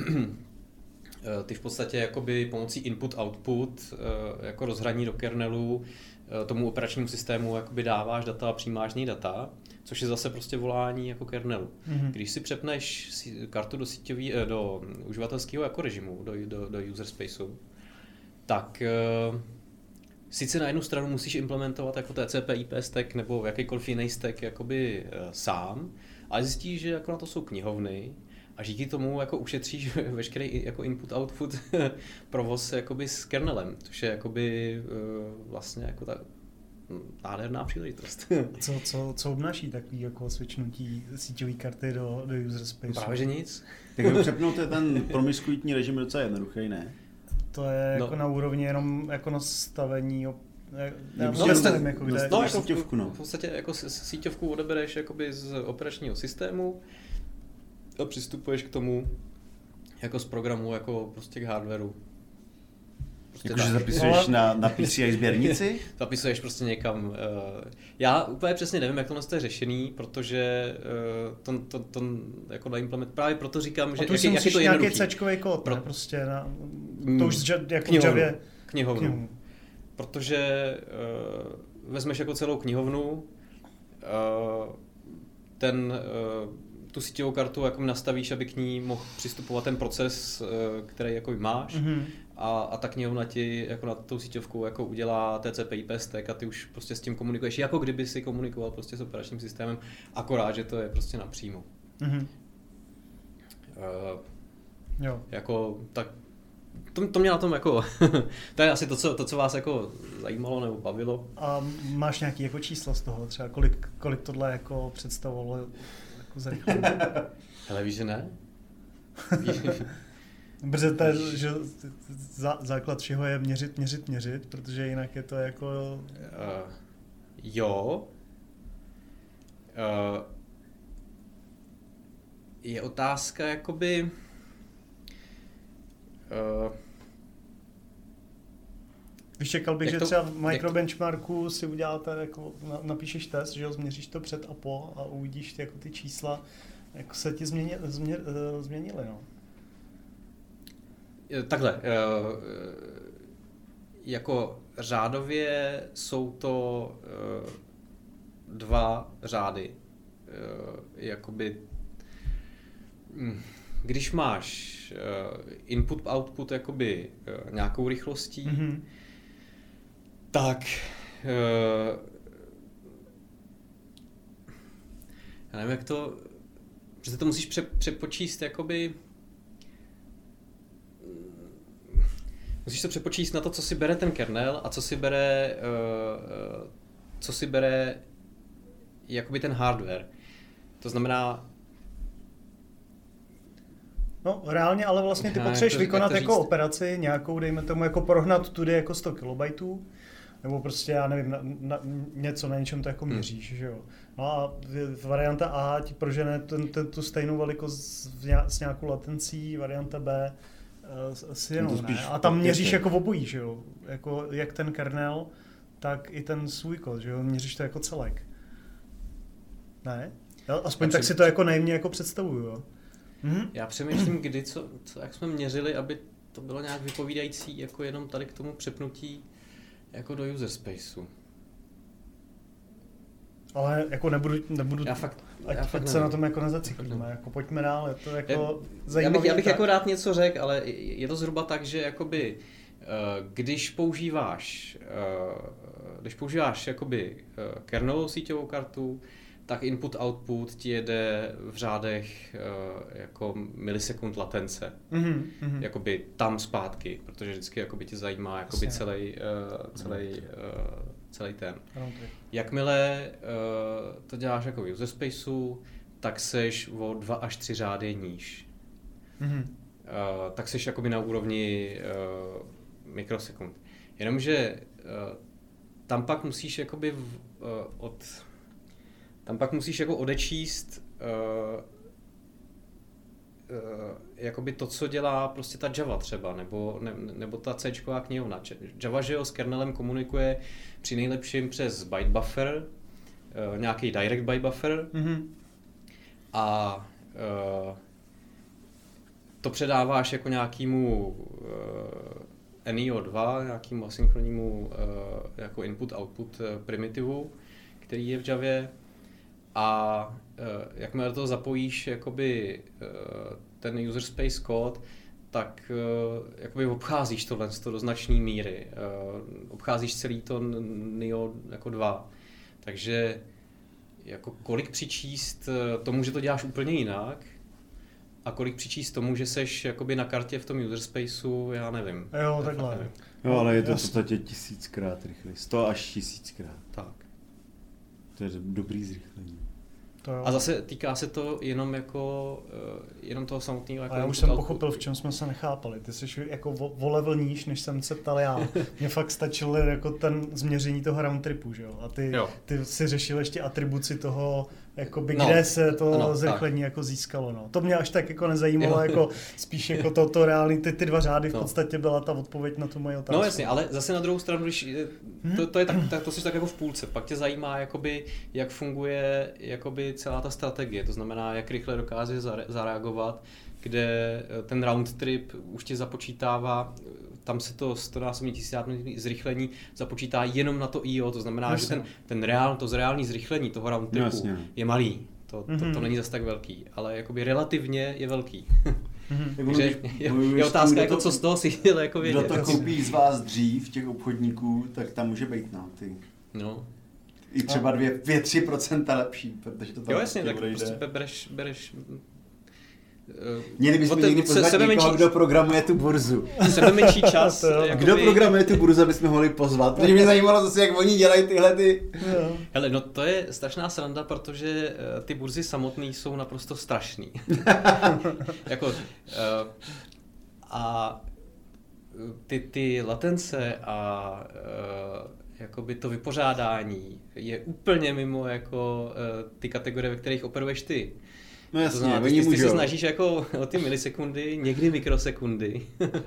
ty v podstatě jakoby pomocí input-output uh, jako rozhraní do kernelu uh, tomu operačnímu systému jakoby dáváš data a přijímáš z ní data, což je zase prostě volání jako kernelu. Mm-hmm. Když si přepneš kartu do síťový, do uživatelského jako režimu, do, do, do user spaceu, tak uh, sice na jednu stranu musíš implementovat jako T C P I P stack nebo jakýkoliv jiný stack jakoby uh, sám, ale zjistíš, že jako na to jsou knihovny a díky tomu jako ušetříš veškerý jako input-output provoz jakoby s kernelem, což je jakoby uh, vlastně jako ta nádherná příležitost. co, co, co obnáší takový jako switchnutí síťové karty do, do user spaceu? Právě že nic. Tak přepnout je ten promiskuitní režim docela jednoduchý, ne? To je no. jako na úrovni jenom jako nastavení. Ne, no, no, nevím, jako kde, no, jako síťovku, no. V podstatě jako síťovku odebereš jakoby z operačního systému a přistupuješ k tomu jako z programu jako prostě k hardwareu. Prostě jakože zapisuješ na, na P C I sběrnici? Zapisuješ prostě někam. Uh, já úplně přesně nevím, jak tohle je řešený, protože uh, to, to, to jako naimplement, právě proto říkám, že jak, jak je to jednoduchý. nějaký C-čkový kód, Pro... ne? Prostě na, to už jako knihovnu, Javě... knihovnu. knihovnu. Protože uh, vezmeš jako celou knihovnu, uh, ten uh, tu síťovou kartu jako nastavíš, aby k ní mohl přistupovat ten proces, který jako máš. Mm-hmm. A, a ta knihovna ti jako na tou síťovku jako udělá T C P I P stack a ty už prostě s tím komunikuješ, jako kdyby si komunikoval prostě s operačním systémem, akorát, že to je prostě napřímo. Mm-hmm. Uh, jo. Jako, tak to, to mě na tom jako, to je asi to co, to, co vás jako zajímalo nebo bavilo. A máš nějaký jako číslo z toho, třeba kolik, kolik tohle jako představovalo jako zrychlení? Hele, víš, že ne? Protože to je, že zá, základ všeho je měřit, měřit, měřit, protože jinak je to jako... Uh, jo. Uh, je otázka jakoby... Uh, Víš, čekal bych, že to, třeba v microbenchmarku si uděláte, jako napíšeš test, že jo, změříš to před a po a uvidíš jako ty čísla, jako se ti změnili, změr, změnili, no. Takhle, jako řádově jsou to dva řády. Jakoby, když máš input-output jakoby nějakou rychlostí, mm-hmm. tak já nevím, jak to, protože to musíš pře, přepočíst jakoby musíš to přepočíst na to, co si bere ten kernel a co si bere uh, co si bere jakoby ten hardware. To znamená no reálně, ale vlastně ty potřebuješ vykonat jako říct? operaci nějakou, dejme tomu jako prohnat tudy jako sto kilobajtů, nebo prostě já nevím, na, na, něco na něčem to jako měříš, hmm. že jo. No a varianta A ti prožene ten, ten, tu stejnou velikost s nějakou latencí, varianta B s jenom, ne? A tam měříš jako obojí, že jo. Jako jak ten kernel, tak i ten svůj kód, že jo. Měříš to jako celek. Ne? Aspoň já tak přemýšlím, si to jako nejmě jako představuju, jo. Mhm. Já přemýšlím, kdy, co, co, jak jsme měřili, aby to bylo nějak vypovídající, jako jenom tady k tomu přepnutí jako do user spaceu. Ale jako nebudu, nebudu já fakt, ať, já fakt ať se na tom jako nezaciklíme, jako pojďme dál, je to jako já, zajímavý. Já bych, já bych tak... jako rád něco řekl, ale je to zhruba tak, že jakoby, když používáš, když používáš jakoby kernelovou síťovou kartu, tak input-output ti jede v řádech jako milisekund latence, mm-hmm, mm-hmm. jakoby tam zpátky, protože vždycky jakoby tě zajímá jakoby celý, celý, celý ten. Jakmile to děláš jako v user spaceu, tak seš o dva až tři řády níž. Mm-hmm. Tak seš jakoby na úrovni mikrosekund. Jenomže tam pak musíš jakoby od Tam pak musíš jako odečíst uh, uh, jakoby to, co dělá prostě ta Java třeba, nebo, ne, nebo ta C-čková knihovna. Java, že jo, s kernelem komunikuje při nejlepším přes byte buffer, uh, nějaký direct byte buffer, mm-hmm. a uh, to předáváš jako nějakému uh, N I O dva, nějakému asynchronnímu uh, jako input-output uh, primitivu, který je v Javě. A uh, jakmile do toho zapojíš jakoby, uh, ten user space kód, tak uh, jakoby obcházíš tohle do značné míry. Uh, obcházíš celý to N I O jako dva. Takže jako kolik přičíst uh, tomu, že to děláš úplně jinak, a kolik přičíst tomu, že seš jakoby na kartě v tom user spaceu, já nevím. Jo, takhle. Nevím. Jo, ale je to v podstatě tisíckrát rychlý. Sto až tisíckrát. Tak. To je dobrý zrychlení. A zase týká se to jenom jako uh, jenom toho samotného. Jako a já už jsem pochopil, v čem jsme se nechápali. Ty jsi jako o level níž, než jsem se ptal já. Mně fakt stačilo jako ten změření toho round tripu, že jo? A ty, ty si řešil ještě atribuci toho, jakoby, no, kde se to no, zrychlení jako získalo. No. To mě až tak jako nezajímalo, jo. Jako spíš jako to, to reálný, ty, ty dva řády v no. podstatě byla ta odpověď na tu moji otázku. No jasně, ale zase na druhou stranu, když to, to je tak, tak, to jsi tak jako v půlce, pak tě zajímá, jakoby, jak funguje jakoby celá ta strategie, to znamená, jak rychle dokáže zareagovat, kde ten round trip už ti započítává, tam se to stonásobný tisícnásobný zrychlení započítá jenom na to I O, to znamená, jasně. že ten, ten reál, to reální zrychlení toho round tripu jasně. je malý. To, to, to, to není zase tak velký, ale jakoby relativně je velký. Mm-hmm. Takže je, je otázka, jako, to, co z toho si chtěl jako vědět. Kdo to koupí z vás dřív, těch obchodníků, tak tam může být no, ty. No. I třeba dvě tři procenta lepší, protože to tam jo, jasně, tak odejde. prostě bereš, bereš Měli bychom někdy pozvat někoho, menší... kdo programuje tu burzu. Sebe menší čas. Jakoby... Kdo programuje tu burzu, abychom mohli pozvat? Protože mě zajímalo zase, jak oni dělají tyhle ty... Hele, no to je strašná sranda, protože uh, ty burzy samotný jsou naprosto strašný. jako, uh, a ty, ty latence a uh, jakoby to vypořádání je úplně mimo jako uh, ty kategorie, ve kterých operuješ ty. No jasně, to znamená, oni ty, můžou. Ty se snažíš jako o ty milisekundy, někdy mikrosekundy.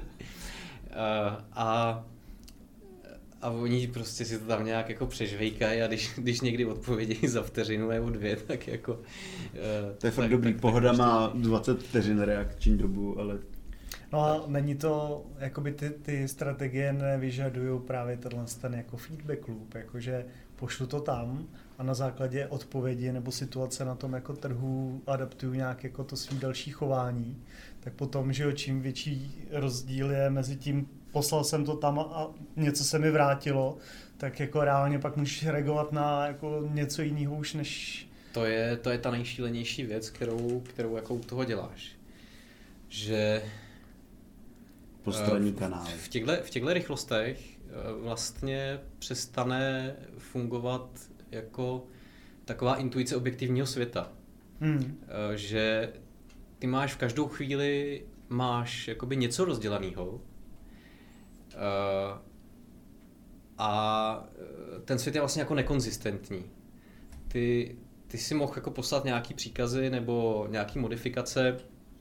a, a oni prostě si to tam nějak jako přežvejkají a když, když někdy odpovědějí za vteřinu nebo dvě, tak jako... To je fakt dobrý, tak, Pohoda tak má dvacet vteřin reakční dobu, ale... No a není to, jakoby ty, ty strategie nevyžadují právě tenhle ten jako feedback loop, jakože pošlu to tam a na základě odpovědi nebo situace na tom jako trhu adaptuju nějak jako to svý další chování, tak potom, že jo, čím větší rozdíl je mezi tím, poslal jsem to tam a něco se mi vrátilo, tak jako reálně pak můžeš reagovat na jako něco jiného už než... To je, to je ta nejšílenější věc, kterou, kterou jako u toho děláš. Že... Postranní kanály. V těchto, v těchto rychlostech vlastně přestane fungovat jako taková intuice objektivního světa. Hmm. Že ty máš v každou chvíli máš jakoby něco rozdělaného a ten svět je vlastně jako nekonzistentní. Ty, ty si mohl jako poslat nějaký příkazy nebo nějaký modifikace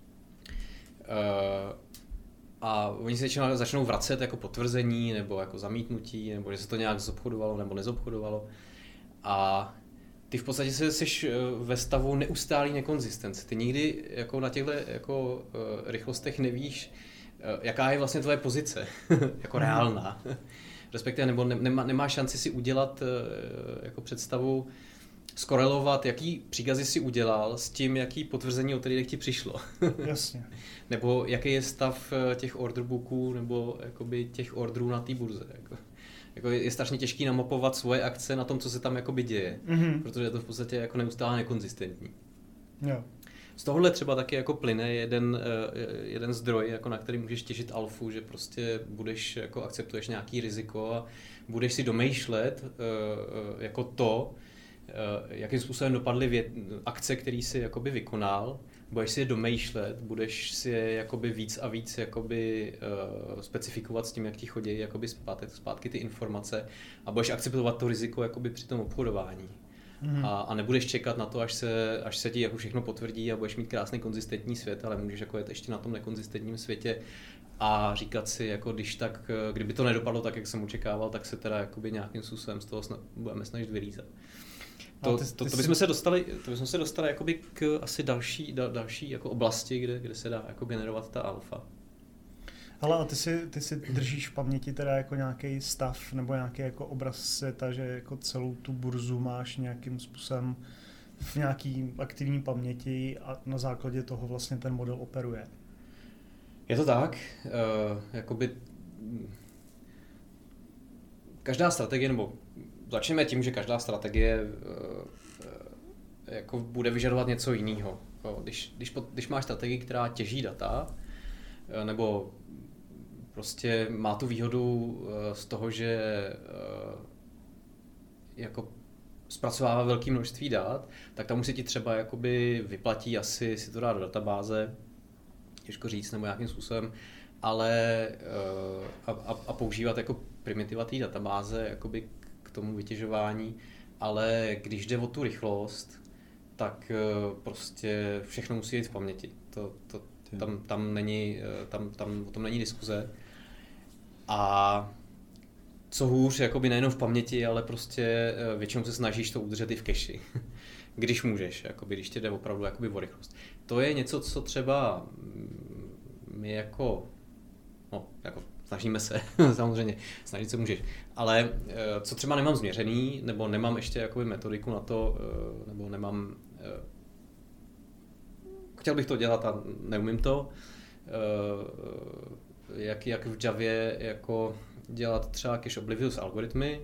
a oni se většinou začnou vracet jako potvrzení nebo jako zamítnutí, nebo že se to nějak zobchodovalo nebo nezobchodovalo. A ty v podstatě se jsi ve stavu neustálý nekonzistence. Ty nikdy jako na těchto jako, uh, rychlostech nevíš, uh, jaká je vlastně tvoje pozice, jako reálná. Respektive nebo ne, nemá, nemá šanci si udělat uh, jako představu, skorelovat, jaký příkazy si udělal s tím, jaký potvrzení od lidí ti přišlo. Jasně. Nebo jaký je stav těch orderbooků nebo jakoby těch orderů na té burze. Jako, jako je, je strašně těžký namapovat svoje akce na tom, co se tam jakoby děje, mm-hmm. protože je to v podstatě jako neustále nekonzistentní. Jo. Z tohohle třeba taky jako plyne jeden, jeden zdroj, jako na který můžeš těžit alfu, že prostě budeš, jako akceptuješ nějaký riziko a budeš si domýšlet jako to, jakým způsobem dopadly věd, akce, který si jakoby vykonal, budeš si je domýšlet, budeš si je jakoby víc a víc jakoby, uh, specifikovat s tím, jak ti chodí jakoby zpátky, zpátky ty informace a budeš akceptovat to riziko jakoby při tom obchodování. Mm. A, a nebudeš čekat na to, až se, až se ti jako všechno potvrdí a budeš mít krásný konzistentní svět, ale můžeš jako jet ještě na tom nekonzistentním světě a říkat si, jako když tak, kdyby to nedopadlo tak, jak jsem očekával, tak se teda jakoby nějakým způsobem z toho sna- budeme snažit vylízat. To, ty, ty to, to, bychom se dostali, to bychom se dostali jakoby k asi další, da, další jako oblasti, kde, kde se dá jako generovat ta alfa. Ale a ty si, ty si držíš v paměti teda jako nějaký stav nebo nějaký jako obraz světa, že jako celou tu burzu máš nějakým způsobem v nějaký aktivní paměti a na základě toho vlastně ten model operuje. Je to tak, uh, jakoby každá strategie, nebo začneme tím, že každá strategie uh, jako bude vyžadovat něco jiného. Když, když, když máš strategii, která těží data, uh, nebo prostě má tu výhodu uh, z toho, že uh, jako zpracovává velké množství dat, tak tam už se ti třeba jakoby vyplatí asi si to dát do databáze, těžko říct, nebo nějakým způsobem, ale uh, a, a, a používat jako primitiva té databáze jakoby k tomu vytěžování, ale když jde o tu rychlost, tak uh, prostě všechno musí jít v paměti. To, to, tam, tam, není, tam, tam o tom není diskuze. A co hůř, jakoby nejenom v paměti, ale prostě většinou se snažíš to udržet i v cache, když můžeš, jakoby, když tě jde opravdu jakoby o rychlost. To je něco, co třeba my jako, no, jako snažíme se, samozřejmě, snažit se můžeš, ale co třeba nemám změřený, nebo nemám ještě jakoby metodiku na to, nebo nemám chtěl bych to dělat a neumím to. Jak, jak v Javě jako dělat třeba cache oblivious algoritmy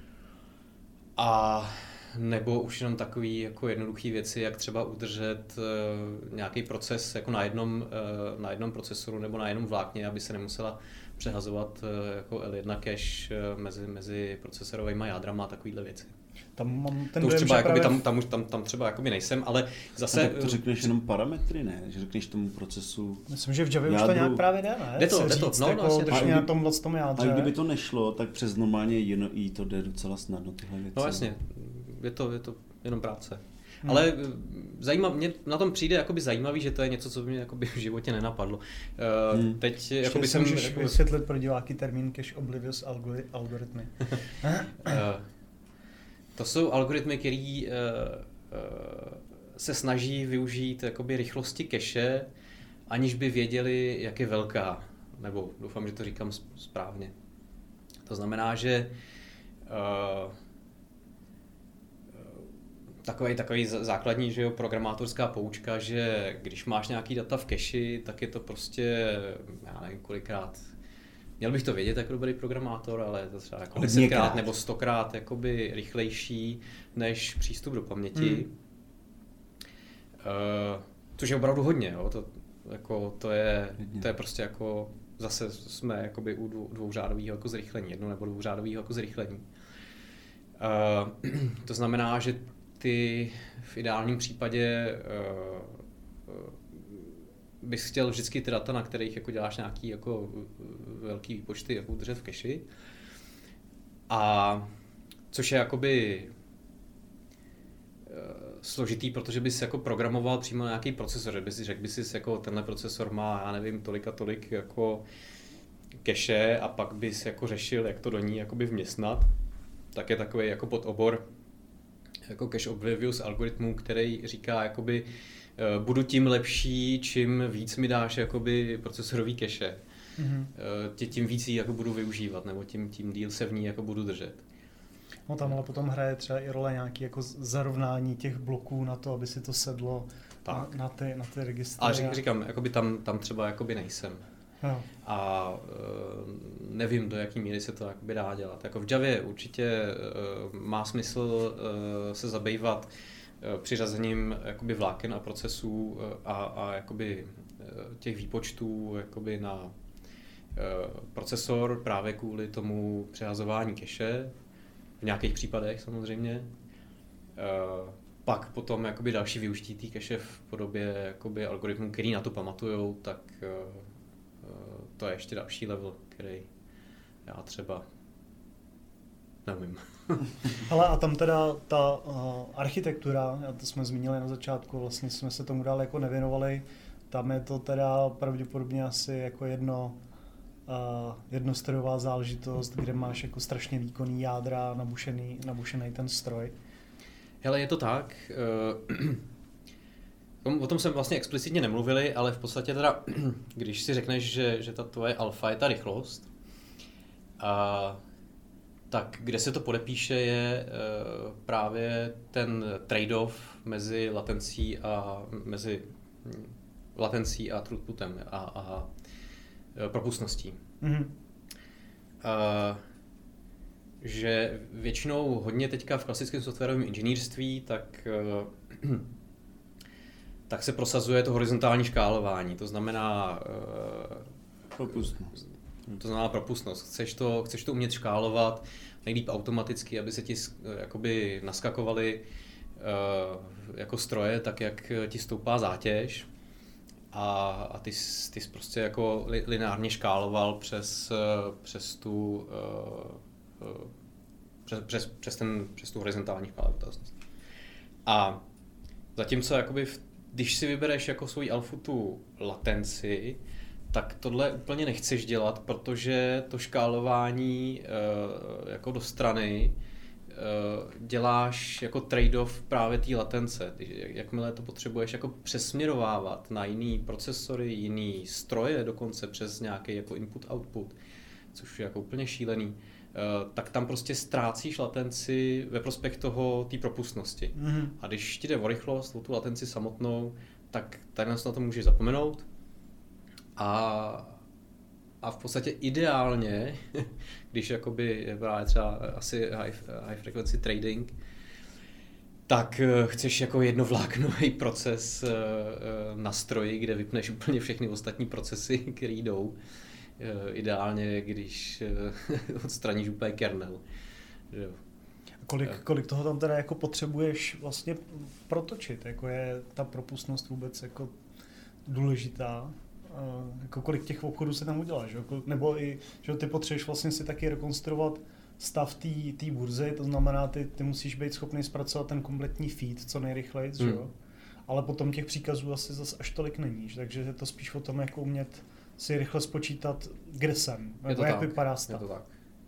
a nebo už jenom takový jako jednoduchý věci, jak třeba udržet uh, nějaký proces jako na jednom, uh, na jednom procesoru nebo na jednom vlákně, aby se nemusela přehazovat uh, jako L jedna cache uh, mezi, mezi procesorovými jádrama a takovýhle věci. Tam mám ten to už dojem, třeba, jakoby, právě... tam, tam, už, tam, tam třeba jakoby nejsem, ale zase... No, tak to řekneš jenom parametry, ne? Že řekneš tomu procesu. Myslím, že v Javě už to nějak právě jde, ne? Jde to, jde to. No, jako, vlastně, drží na tom vlastně jádře. A kdyby to nešlo, tak přes normálně jen i to jde docela snadno tyhle věci. No jasně, je to, je to jenom práce. Hmm. Ale zajímá, mě na tom přijde jakoby zajímavý, že to je něco, co by mě jakoby v životě nenapadlo. Uh, hmm. Teď Ještě jakoby si jsem... můžeš jakoby... vysvětlit pro diváky termín cache oblivious algoritmy. uh, to jsou algoritmy, které uh, uh, se snaží využít jakoby rychlosti cache, aniž by věděli, jak je velká. Nebo doufám, že to říkám správně. To znamená, že uh, Takový, takový základní, že jo, programátorská poučka, že když máš nějaký data v cache, tak je to prostě, já nevím kolikrát, měl bych to vědět jako dobrý programátor, ale je to třeba jako desetkrát nebo stokrát jakoby rychlejší než přístup do paměti. Hmm. Uh, což je opravdu hodně, jo, to, jako, to, je, to je prostě jako, zase jsme jakoby u dvou, dvouřádového jako zrychlení, jedno nebo dvouřádového jako zrychlení. Uh, to znamená, že ty v ideálním případě uh, uh, bys chtěl vždycky ty data, na kterých jako děláš nějaký jako velký výpočty, jako udržet v cache. A což je jakoby uh, složitý, protože bys jako programoval přímo nějaký procesor, že bys si řekl, bys si jako tenhle procesor má, já nevím, tolik a tolik jako cache a pak bys jako řešil, jak to do ní jakoby vměstnat. Tak je takový jako podobor jako cache oblivious algoritmů, který říká jakoby uh, budu tím lepší, čím víc mi dáš jakoby procesorový cache. Mm-hmm. Uh, tím víc ji jako budu využívat, nebo tím, tím díl se v ní jako budu držet. No tam ale potom hraje třeba i role nějaký jako zarovnání těch bloků na to, aby si to sedlo na, na ty, na ty registry. A řík, říkám, jakoby tam, tam třeba jakoby nejsem. Jo. A uh, nevím, do jaký míry se to jakoby dá dělat. Jako v Javě určitě uh, má smysl uh, se zabývat uh, přiřazením jakoby vláken a procesů uh, a, a jakoby, uh, těch výpočtů jakoby na uh, procesor právě kvůli tomu přehazování cache, v nějakých případech samozřejmě. Uh, pak potom jakoby další využití té cache v podobě jakoby algoritmů, který na to pamatujou, tak uh, to je ještě další level, který já třeba nevím. Hele, a tam teda ta uh, architektura, já to jsme zmínili na začátku, vlastně jsme se tomu dál jako nevěnovali, tam je to teda pravděpodobně asi jako jedno uh, jednostrojová záležitost, kde máš jako strašně výkonný jádra, nabušený, nabušený ten stroj. Hele, je to tak. O tom jsem vlastně explicitně nemluvili, ale v podstatě teda, když si řekneš, že, že ta tvoje alfa je ta rychlost, a, tak kde se to podepíše je uh, právě ten trade-off mezi latencí a mezi latencí a throughputem a, a propustností. Mm-hmm. Uh, že většinou hodně teďka v klasickém softwarovém inženýrství, tak uh, tak se prosazuje to horizontální škálování, to znamená uh, propustnost. To znamená propustnost. Chceš to, chceš to umět škálovat nejlíp automaticky, aby se ti jakoby naskakovaly uh, jako stroje, tak jak ti stoupá zátěž a, a ty, ty jsi prostě jako li, lineárně škáloval přes, přes tu uh, uh, přes, přes, přes, ten, přes tu horizontální škálovatelnost. A zatímco jakoby v když si vybereš jako svoji alfu tu latenci, tak tohle úplně nechceš dělat, protože to škálování e, jako do strany e, děláš jako trade-off právě té latence. Jakmile to potřebuješ jako přesměrovávat na jiný procesory, jiný stroje, dokonce přes nějaký jako input-output, což je jako úplně šílený, tak tam prostě ztrácíš latenci ve prospěch toho té propustnosti. Mm-hmm. A když ti jde o rychlost, o tu latenci samotnou, tak tady na to můžeš zapomenout. A, a v podstatě ideálně, když jakoby je právě třeba asi high, high frequency trading, tak chceš jako jednovláknový proces na stroji, kde vypneš úplně všechny ostatní procesy, které jdou. Ideálně, když odstraníš úplně kernel. Kolik, kolik toho tam teda jako potřebuješ vlastně protočit? Jako je ta propustnost vůbec jako důležitá? Jako kolik těch obchodů se tam udělá? Že? Nebo i, že ty potřebuješ vlastně si taky rekonstruovat stav té burzy, to znamená, ty, ty musíš být schopný zpracovat ten kompletní feed co nejrychleji, hmm. že jo? Ale potom těch příkazů asi zase až tolik není, že? Takže je to spíš o tom, jako umět si rychle spočítat, kde jsem, nebo jak tak, vypadá stav. Je to tak.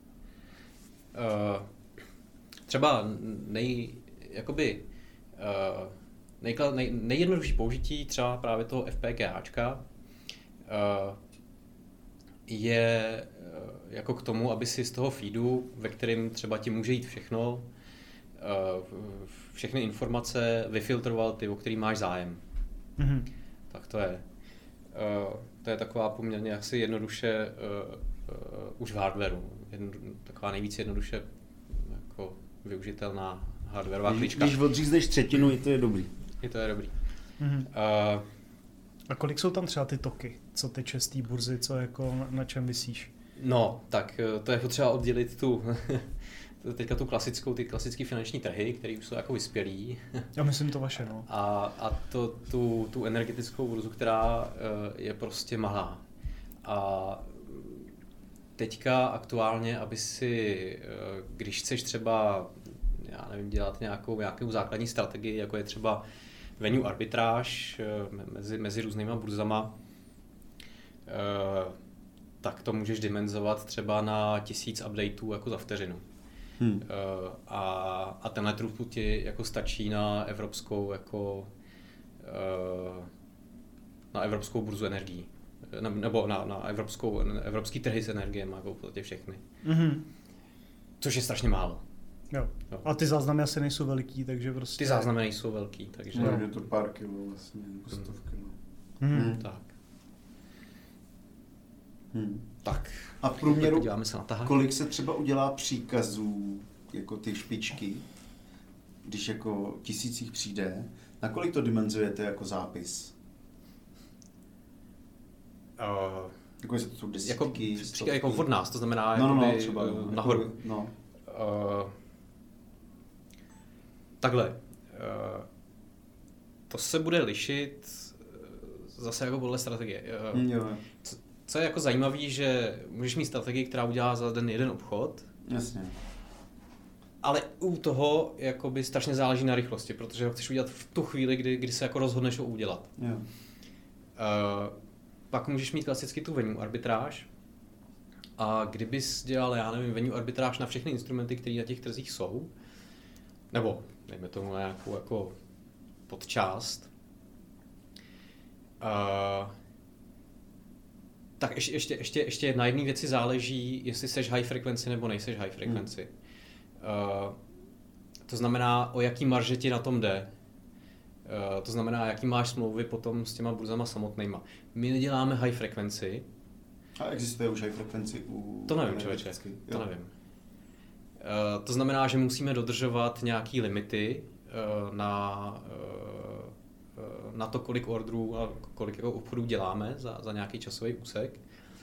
Uh, třeba nej, jakoby, uh, nejkla, nej, nejjednodušší použití třeba právě toho FPGAčka uh, je uh, jako k tomu, aby si z toho feedu, ve kterém třeba ti může jít všechno, uh, všechny informace vyfiltroval ty, o který máš zájem. Mm-hmm. Tak to je. Uh, to je taková poměrně asi jednoduše uh, uh, už v hardwareu. Jedno, taková nejvíc jednoduše jako využitelná hardwareová klíčka. Když odřízneš třetinu, je to je dobrý. Je to je dobrý. Mm-hmm. Uh, A kolik jsou tam třeba ty toky, co teče z té burzy, co jako na, na čem visíš? No, tak to je potřeba oddělit tu teďka tu klasickou, ty klasické finanční trhy, které už jsou jako vyspělý. Já myslím to vaše, no. A, a to, tu, tu energetickou burzu, která je prostě malá. A teďka aktuálně, aby si, když chceš třeba, já nevím, dělat nějakou, nějakou základní strategii, jako je třeba venue arbitráž mezi, mezi různýma burzama, tak to můžeš dimenzovat třeba na tisíc updateů jako za vteřinu. Hmm. A, a tenhle throughput ti jako stačí na evropskou jako na evropskou burzu energií. Nebo na, na evropskou, evropský trhy s energiemi, jako v podstatě všechny. Mm-hmm. Což je strašně málo. Jo. Jo. A ty záznamy asi nejsou veliký, takže prostě... Ty záznamy nejsou velký, takže... No, je to pár kilo vlastně, nebo stovky. No. Mm. Tak. Hmm. Tak. A v průměru, podíváme se na tahák. Kolik se třeba udělá příkazů, jako ty špičky, když jako tisíc jich přijde, na kolik to dimenzujete jako zápis? Uh, jako jestli to jsou desítky, jako, stovky? Jako od nás, to znamená no, no, no, jakoby, třeba, uh, nahoru. Jako, no. Uh, takhle. Uh, to se bude lišit zase jako podle strategie. Uh, mm, jo. Co, co je jako zajímavé, že můžeš mít strategii, která udělá za den jeden obchod. Jasně. Ale u toho jakoby strašně záleží na rychlosti, protože ho chceš udělat v tu chvíli, kdy, kdy se jako rozhodneš ho udělat. Jo. Uh, pak můžeš mít klasicky tu venue arbitráž. A kdybys dělal, já nevím, venue arbitráž na všechny instrumenty, které na těch trzích jsou, nebo dejme tomu nějakou jako podčást, uh, tak ještě, ještě, ještě, ještě na jedné věci záleží, jestli seš high frequency nebo nejseš high frequency. Hmm. Uh, to znamená, o jaký marže ti na tom jde. Uh, to znamená, jaký máš smlouvy potom s těma burzama samotnýma. My neděláme high frequency. A existuje už high frequency u... To nevím, člověče. To nevím. Uh, to znamená, že musíme dodržovat nějaký limity uh, na, uh, na to, kolik orderů a kolik jako obchodů děláme za, za nějaký časový úsek.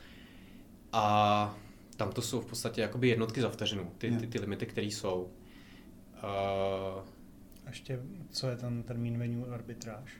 A tam to jsou v podstatě jakoby jednotky za vteřinu, ty, ty, ty limity, které jsou. Uh, A ještě, co je ten termín venue arbitráž?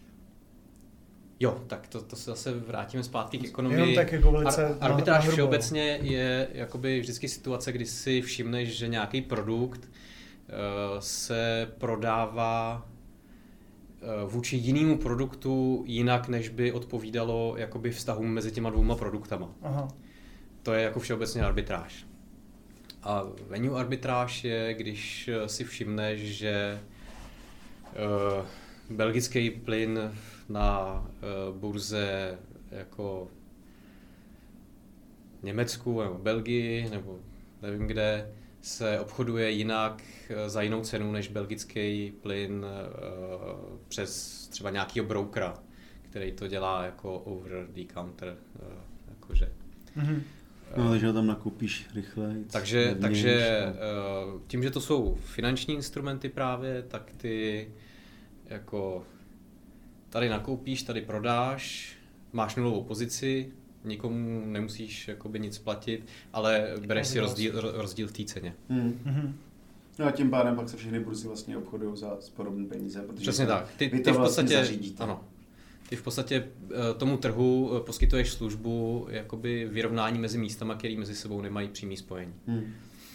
Jo, tak to, to se zase vrátíme zpátky k ekonomii. Jenom tak jako velice Ar- arbitráž na, na všeobecně je jakoby vždycky situace, kdy si všimneš, že nějaký produkt uh, se prodává uh, vůči jinému produktu jinak, než by odpovídalo jakoby vztahům mezi těma dvouma produktama. Aha. To je jako všeobecně arbitráž. A venue arbitráž je, když si všimneš, že uh, belgický plyn na uh, burze jako Německu nebo Belgii nebo nevím kde se obchoduje jinak za jinou cenu než belgický plyn přes třeba nějakýho brokera, který to dělá jako over the counter, jakože. Mm-hmm. No, takže ho tam nakoupíš rychle. Takže, takže tím, že to jsou finanční instrumenty právě, tak ty jako tady nakoupíš, tady prodáš, máš nulovou pozici, nikomu nemusíš jakoby nic platit, ale bereš si rozdíl, rozdíl v té ceně. Hmm. Mm-hmm. No a tím pádem pak se všechny burzy vlastně obchodují za podobné peníze, protože přesně to, tak. Ty, vy to ty v vlastně podstatě, zařídíte. Ano. Ty v podstatě tomu trhu poskytuješ službu jakoby vyrovnání mezi místama, které mezi sebou nemají přímý spojení. Hmm.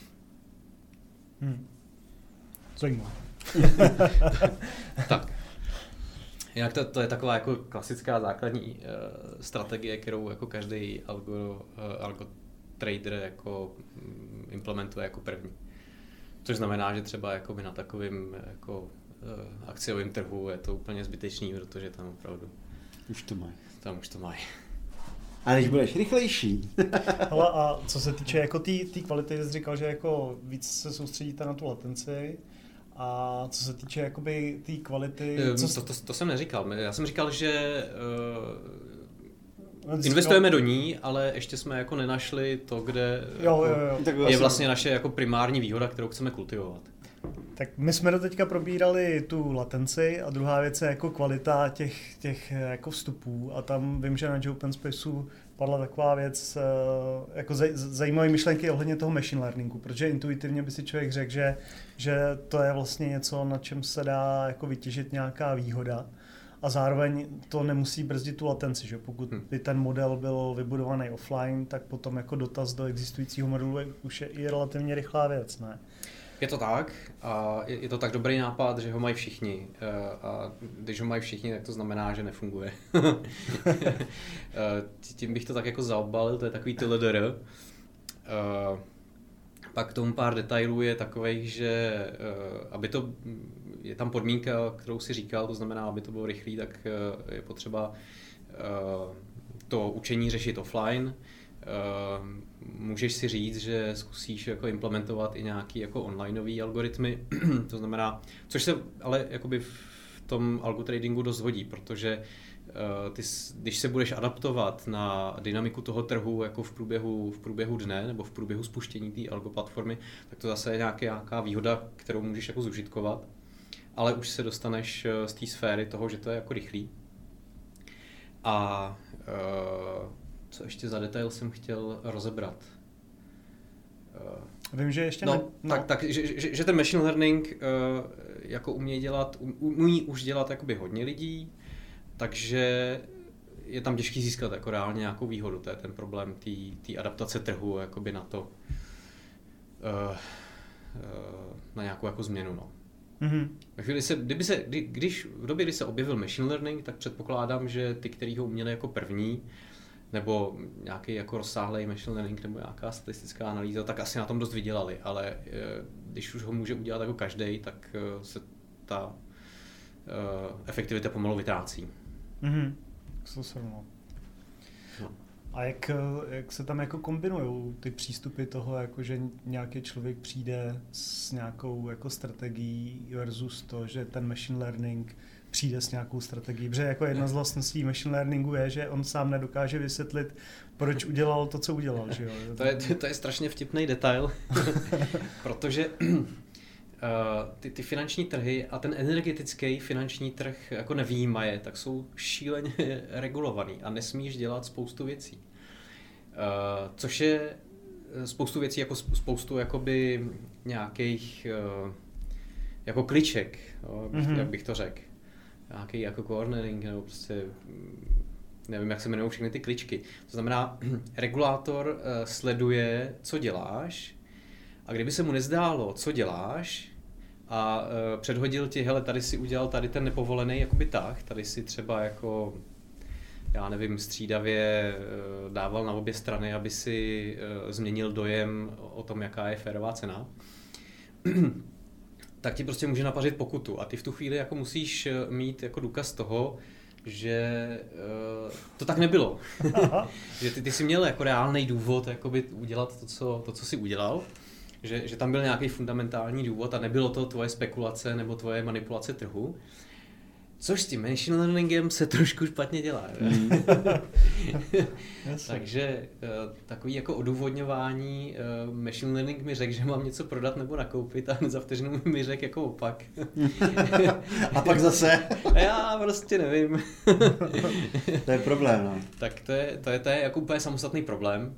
Hmm. Zajímavé. Tak. Jinak to, to je taková jako klasická základní uh, strategie, kterou jako každý algo, uh, algo trader jako um, implementuje jako první. Což znamená, že třeba jako by na takovém jako uh, akciovém trhu je to úplně zbytečný, protože tam opravdu už to mají. Tam už to mají. A když budeš rychlejší. Hele, a co se týče jako té kvality, jsi říkal, že jako víc se soustředíte na tu latenci. A co se týče jakoby té kvality... Co... To, to, to jsem neříkal. Já jsem říkal, že uh, investujeme do ní, ale ještě jsme jako nenašli to, kde jo, jo, jo. je vlastně naše jako primární výhoda, kterou chceme kultivovat. Tak my jsme do teďka probírali tu latenci a druhá věc je jako kvalita těch, těch jako vstupů a tam vím, že na Joe OpenSpaceu padla taková věc, jako zaj, zajímavé myšlenky ohledně toho machine learningu, protože intuitivně by si člověk řekl, že, že to je vlastně něco, na čem se dá jako vytěžit nějaká výhoda a zároveň to nemusí brzdit tu latenci, že pokud by ten model byl vybudovaný offline, tak potom jako dotaz do existujícího modelu už je i relativně rychlá věc, ne? Je to tak a je to tak dobrý nápad, že ho mají všichni a když ho mají všichni, tak to znamená, že nefunguje. Tím bych to tak jako zaobalil, to je takový T L D R. Pak k tomu pár detailů je takových, že aby to, je tam podmínka, kterou si říkal, to znamená, aby to bylo rychlý, tak je potřeba to učení řešit offline. Uh, můžeš si říct, že zkusíš jako implementovat i nějaký jako onlineový algoritmy, to znamená, což se ale jakoby v tom algo tradingu dost hodí, protože uh, ty, když se budeš adaptovat na dynamiku toho trhu jako v průběhu, v průběhu dne nebo v průběhu spuštění té algo platformy, tak to zase je nějaká, nějaká výhoda, kterou můžeš jako zužitkovat, ale už se dostaneš z té sféry toho, že to je jako rychlý. A uh, co ještě za detail jsem chtěl rozebrat? Vím, že ještě no, ne... No, tak, tak že, že, že ten machine learning uh, jako umí dělat, umí už dělat jakoby hodně lidí, takže je tam těžký získat jako reálně nějakou výhodu. To je ten problém té adaptace trhu jakoby na to, uh, uh, na nějakou jako změnu. No. Mm-hmm. Chvíli se, kdyby se, kdy, když v době, kdy se objevil machine learning, tak předpokládám, že ty, kteří ho uměli jako první, nebo nějaký jako rozsáhlej machine learning nebo nějaká statistická analýza, tak asi na tom dost vydělali, ale když už ho může udělat jako každý, tak se ta uh, efektivita pomalu vytrácí. Mhm, to se no. A jak, jak se tam jako kombinují ty přístupy toho, jako že nějaký člověk přijde s nějakou jako strategií versus to, že ten machine learning přijde s nějakou strategií, protože jako jedna z vlastností machine learningu je, že on sám nedokáže vysvětlit, proč udělal to, co udělal. Že jo? To, je, to je strašně vtipný detail, protože uh, ty, ty finanční trhy a ten energetický finanční trh jako nevýjímaje, tak jsou šíleně regulovaný a nesmíš dělat spoustu věcí. Uh, což je spoustu věcí, jako spoustu jakoby nějakých uh, jako kliček, jo, mm-hmm. jak bych to řekl. Nějaký jako cornering, nebo prostě nevím, jak se jmenují všechny ty kličky. To znamená, regulátor uh, sleduje, co děláš a kdyby se mu nezdálo, co děláš a uh, předhodil ti, hele, tady si udělal tady ten nepovolený jakoby tah, tady si třeba jako, já nevím, střídavě uh, dával na obě strany, aby si uh, změnil dojem o tom, jaká je férová cena, tak ti prostě může napařit pokutu a ty v tu chvíli jako musíš mít jako důkaz toho, že uh, to tak nebylo. Že ty, ty jsi měl jako reálný důvod jakoby udělat to co, to, co jsi udělal že, že tam byl nějaký fundamentální důvod a nebylo to tvoje spekulace nebo tvoje manipulace trhu. Což s tím machine learningem se trošku špatně dělá. Mm. Takže takový jako odůvodňování, machine learning mi řekl, že mám něco prodat nebo nakoupit a za vteřinu mi řekl jako opak. A pak zase? Já prostě nevím. To je problém, no. Tak to je, to je, to je jako úplně samostatný problém.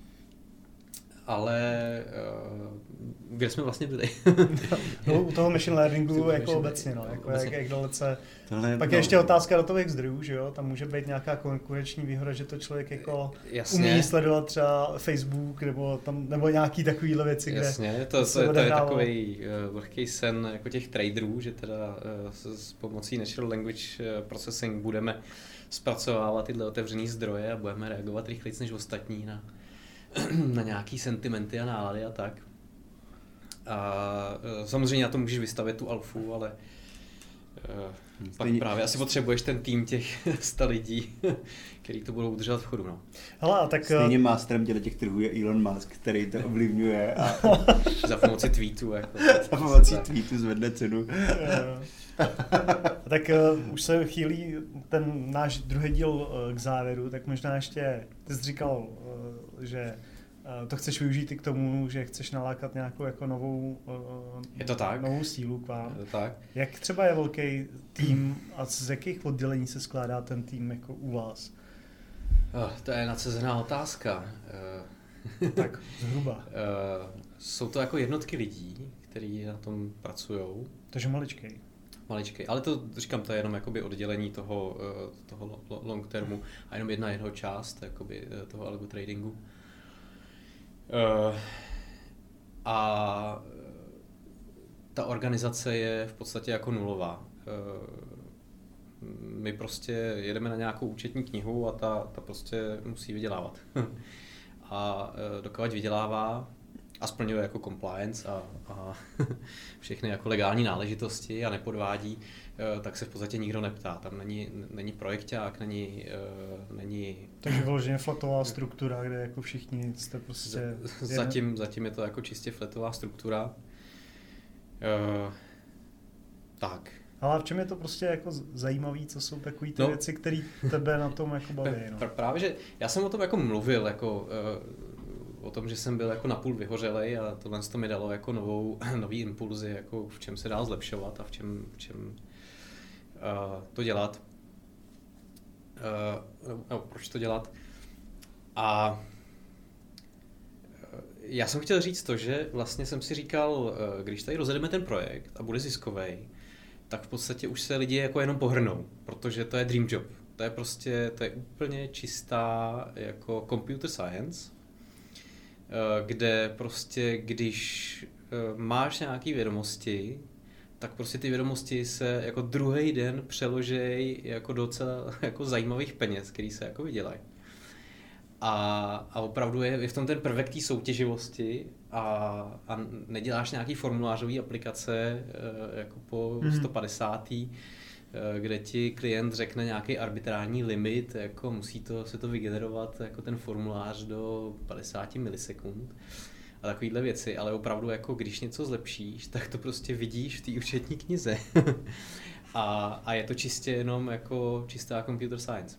Ale uh, kde jsme vlastně byli? No, u toho machine learningu jako machine obecně, no, jako obecně. Jak, jak dalece. Tohle, pak je ještě otázka datových zdrojů, že jo? Tam může být nějaká konkurenční výhoda, že to člověk jako Jasně. umí sledovat třeba Facebook nebo tam nebo nějaký takovýhle věci, kde Jasně, to, to, to je takový uh, lehký sen jako těch traderů, že teda uh, s, s pomocí natural language processing budeme zpracovávat tyhle otevřený zdroje a budeme reagovat rychleji než ostatní na na nějaký sentimenty a nálady a tak. A samozřejmě na to můžeš vystavit tu alfu, ale uh, pak Stejně... právě asi potřebuješ ten tým těch sta lidí, který to budou udržovat v chodu. No. Hele, tak... Stejně masterem těch trhů je Elon Musk, který to ovlivňuje a... Za pomoci tweetů. Jako, Za pomocí tweetů zvedne cenu. Tak uh, už se chýlí ten náš druhý díl uh, k závěru, tak možná ještě, ty jsi říkal, uh, že uh, to chceš využít i k tomu, že chceš nalákat nějakou jako novou, uh, je to tak. novou sílu k vám. Je to tak. Jak třeba je velký tým a z jakých oddělení se skládá ten tým jako u vás? Oh, to je nacezená otázka. Uh, tak zhruba. Uh, jsou to jako jednotky lidí, kteří na tom pracujou. Takže maličkej. Maličkej, ale to říkám, to je jenom jakoby oddělení toho, toho long termu a jenom jedna jeho část jakoby toho algo tradingu. A ta organizace je v podstatě jako nulová. My prostě jedeme na nějakou účetní knihu a ta, ta prostě musí vydělávat. A dokud vydělává a splňuje jako compliance a, a všechny jako legální náležitosti a nepodvádí, tak se v podstatě nikdo neptá. Tam není, není projekťák, není, není... Takže vyloženě flatová struktura, kde jako všichni jste prostě... Zatím, zatím je to jako čistě flatová struktura. Uh, tak. Ale v čem je to prostě jako zajímavý, co jsou takové ty no, věci, které tebe na tom jako baví? No? Právě, že já jsem o tom jako mluvil, jako... Uh, o tom, že jsem byl jako napůl vyhořelej a tohle to mi dalo jako novou, nový impulzy, jako v čem se dál zlepšovat a v čem, v čem uh, to dělat. Uh, no, proč to dělat. A uh, já jsem chtěl říct to, že vlastně jsem si říkal, uh, když tady rozjedeme ten projekt a bude ziskovej, tak v podstatě už se lidi jako jenom pohrnou, protože to je dream job. To je prostě, to je úplně čistá jako computer science, kde prostě, když máš nějaké vědomosti, tak prostě ty vědomosti se jako druhý den přeložej jako docela jako zajímavých peněz, který se jako vydělají. A, a opravdu je, je v tom ten prvek té soutěživosti a, a neděláš nějaký formulářový aplikace jako po mm. sto padesátý kde ti klient řekne nějaký arbitrální limit, jako musí to, se to vygenerovat jako ten formulář do padesát milisekund a takovýhle věci, ale opravdu jako když něco zlepšíš, tak to prostě vidíš v té účetní knize. a, a je to čistě jenom jako čistá computer science.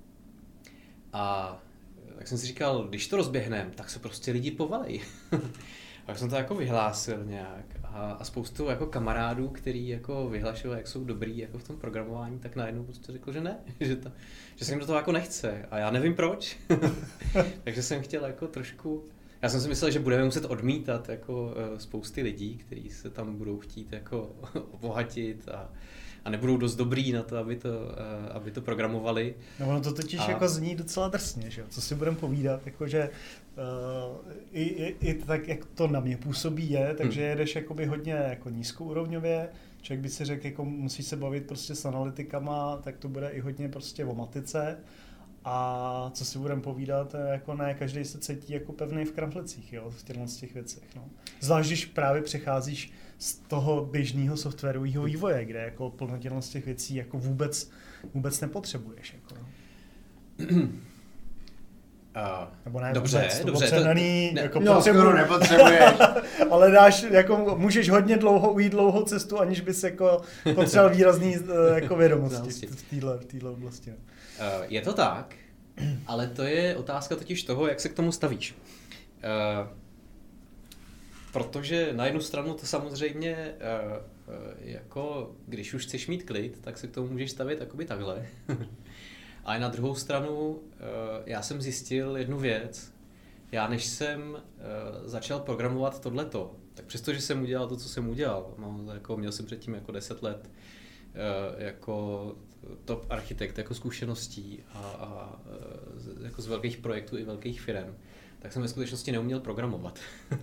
A tak jsem si říkal, když to rozběhneme, tak se prostě lidi povalejí. A tak jsem to jako vyhlásil nějak a, a spoustu jako kamarádů, který jako vyhlašovali, jak jsou dobrý jako v tom programování, tak najednou prostě řekl, že ne, že, to, že se jim do toho jako nechce a já nevím proč. Takže jsem chtěl jako trošku, já jsem si myslel, že budeme muset odmítat jako spousty lidí, kteří se tam budou chtít jako obohatit a a nebudou dost dobrý na to, aby to, aby to programovali. No ono to totiž a... jako zní docela drsně, že jo? Co si budeme povídat, jakože uh, i, i, i tak, jak to na mě působí je, takže hmm. jedeš jakoby hodně jako nízkourovňově, člověk by si řekl, jako musí se bavit prostě s analytikama, tak to bude i hodně prostě o matice. A co si budeme povídat, jako ne každý se cítí jako pevný v kramflecích, jo, v těchto z těch věcech, no. Zvlášť, když právě přecházíš z toho běžného softwarového vývoje, kde jako plno těchto z těch věcí jako vůbec, vůbec nepotřebuješ, jako, no. uh. Nebo ne, Dobře, vůbec, to dobře, potřebný, to- ne, jako No, potřebuji, skoro nepotřebuješ. ale dáš, jako můžeš hodně dlouho ujít dlouhou cestu, aniž bys jako potřeboval výrazný eh, jako vědomosti Znalosti. v téhle, v téhle oblasti. No. Uh, je to tak, ale to je otázka totiž toho, jak se k tomu stavíš. Uh, protože na jednu stranu to samozřejmě, uh, uh, jako když už chceš mít klid, tak se k tomu můžeš stavit jakoby takhle. A na druhou stranu, uh, já jsem zjistil jednu věc. Já než jsem uh, začal programovat tohleto, tak přestože jsem udělal to, co jsem udělal, no, jako měl jsem předtím jako deset let uh, jako top architekt, jako zkušeností a, a uh, jako z velkých projektů i velkých firm, tak jsem ve skutečnosti neuměl programovat.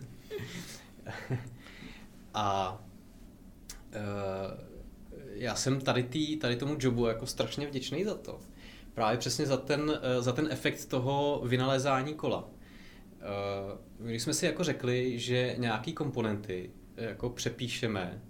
A uh, já jsem tady, tý, tady tomu jobu jako strašně vděčný za to. Právě přesně za ten, uh, za ten efekt toho vynalézání kola. Uh, když jsme si jako řekli, že nějaký komponenty jako přepíšeme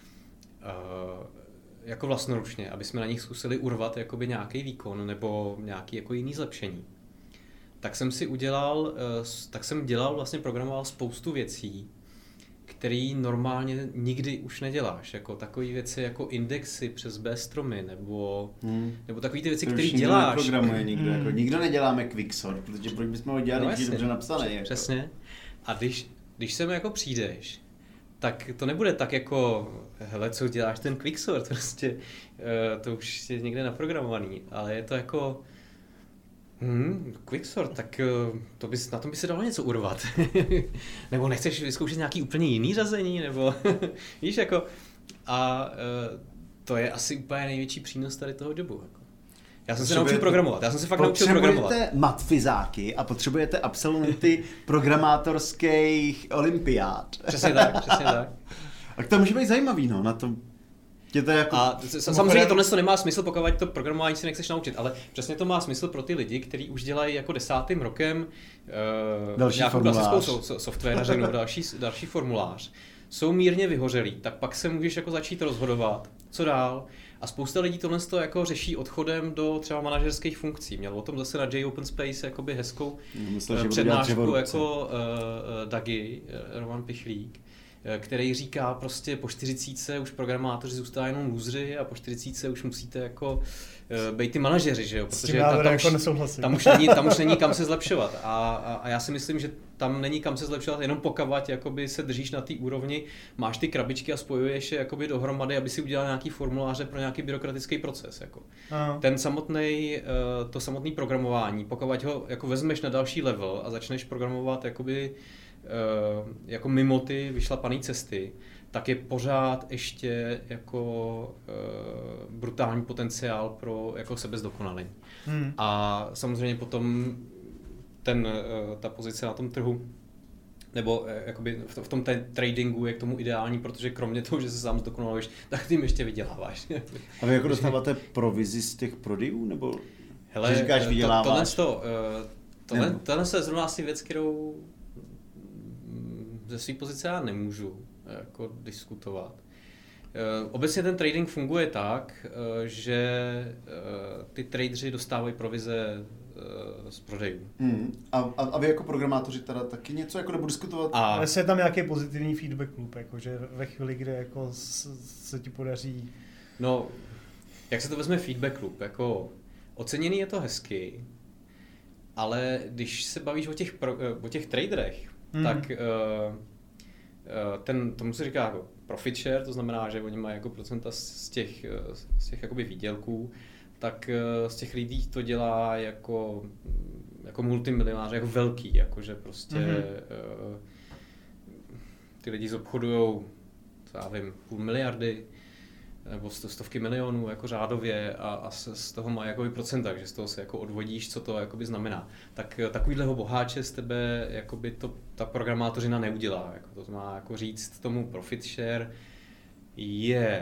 uh, jako vlastnoručně, aby jsme na nich zkusili urvat jakoby nějaký výkon nebo nějaký jako jiný zlepšení, tak jsem si udělal, uh, tak jsem dělal, vlastně programoval spoustu věcí, který normálně nikdy už neděláš, jako takové věci jako indexy přes B-stromy, nebo, hmm. nebo takové ty věci, které děláš. To už nikdo neprogramuje nikdo, hmm. jako, nikdo neděláme quicksort, protože proč bychom ho dělali, no, když je dobře napsané. Jako. Přesně. A když, když sem jako přijdeš, tak to nebude tak jako, hele, co děláš ten quicksort, prostě uh, to už je někde naprogramovaný, ale je to jako, Hmm, quicksort, tak to bys, na tom by se dalo něco urvat. Nebo nechceš vyzkoušet nějaký úplně jiný řazení, nebo víš, jako a uh, to je asi úplně největší přínos tady toho jobu. Jako. Já jsem se naučil programovat, já jsem se fakt naučil programovat. Potřebujete matfizáky a potřebujete absolventy programátorských olympiád. Přesně tak, přesně tak. A to může být zajímavý, no, na tom. To jako... A samozřejmě tohle to nemá smysl, pokud to programování si nechceš naučit, ale přesně to má smysl pro ty lidi, kteří už dělají jako desátým rokem uh, nějakou klasickou so, software, další, další formulář, jsou mírně vyhořelí, tak pak se můžeš jako začít rozhodovat, co dál. A spousta lidí tohle to jako řeší odchodem do třeba manažerských funkcí. Měl o tom zase na J-OpenSpace jakoby hezkou Myslel, přednášku jako uh, Dagi, Roman Pichlík, který říká prostě po čtyřicítce už programátoři zůstávají jenom lůzři a po čtyřicítce už musíte jako uh, být ty manažeři, že jo? Protože ta, tam, jako už, tam, už není, tam už není kam se zlepšovat a, a, a já si myslím, že tam není kam se zlepšovat, jenom pokud jakoby se držíš na té úrovni, máš ty krabičky a spojuješ je jakoby dohromady, aby si udělal nějaký formuláře pro nějaký byrokratický proces. Jako. Ten samotný, uh, to samotné programování, pokud ho jako vezmeš na další level a začneš programovat jakoby Uh, jako mimo ty vyšlapané cesty, tak je pořád ještě jako uh, brutální potenciál pro jako sebezdokonalení. Hmm. A samozřejmě potom ten, uh, ta pozice na tom trhu nebo uh, jakoby v, v tom té tradingu je k tomu ideální, protože kromě toho, že se sám zdokonaluješ, tak tím ještě vyděláváš. A vy jako dostáváte provizi z těch prodejů, nebo hele, že říkáš vyděláváš? To, tohle, to, uh, tohle, tohle je zrovna asi věc, kterou ze své pozice já nemůžu jako diskutovat. Obecně ten trading funguje tak, že ty tradeři dostávají provize z prodejů. Hmm. A, a vy jako programátoři teda taky něco jako nebudu diskutovat? A jestli je tam nějaký pozitivní feedback loop, jako že ve chvíli, kdy jako se ti podaří... No, jak se to vezme feedback loop? Jako oceněný je to hezky, ale když se bavíš o těch, pro, o těch traderech, mm. tak uh, uh, ten, tomu se říká jako profit share, to znamená, že oni mají jako procenta z těch, z těch jakoby výdělků, tak uh, z těch lidí to dělá jako, jako multimilionáři, jako velký, jakože prostě mm-hmm. uh, ty lidi zobchodujou, co já vím, půl miliardy, nebo stovky milionů jako řádově a, a z toho má jakoby procenta, takže z toho se jako odvodíš, co to jakoby znamená. Tak takovýhleho boháče z tebe jakoby to ta programátořina neudělá. Jako to znamená jako říct tomu profit share je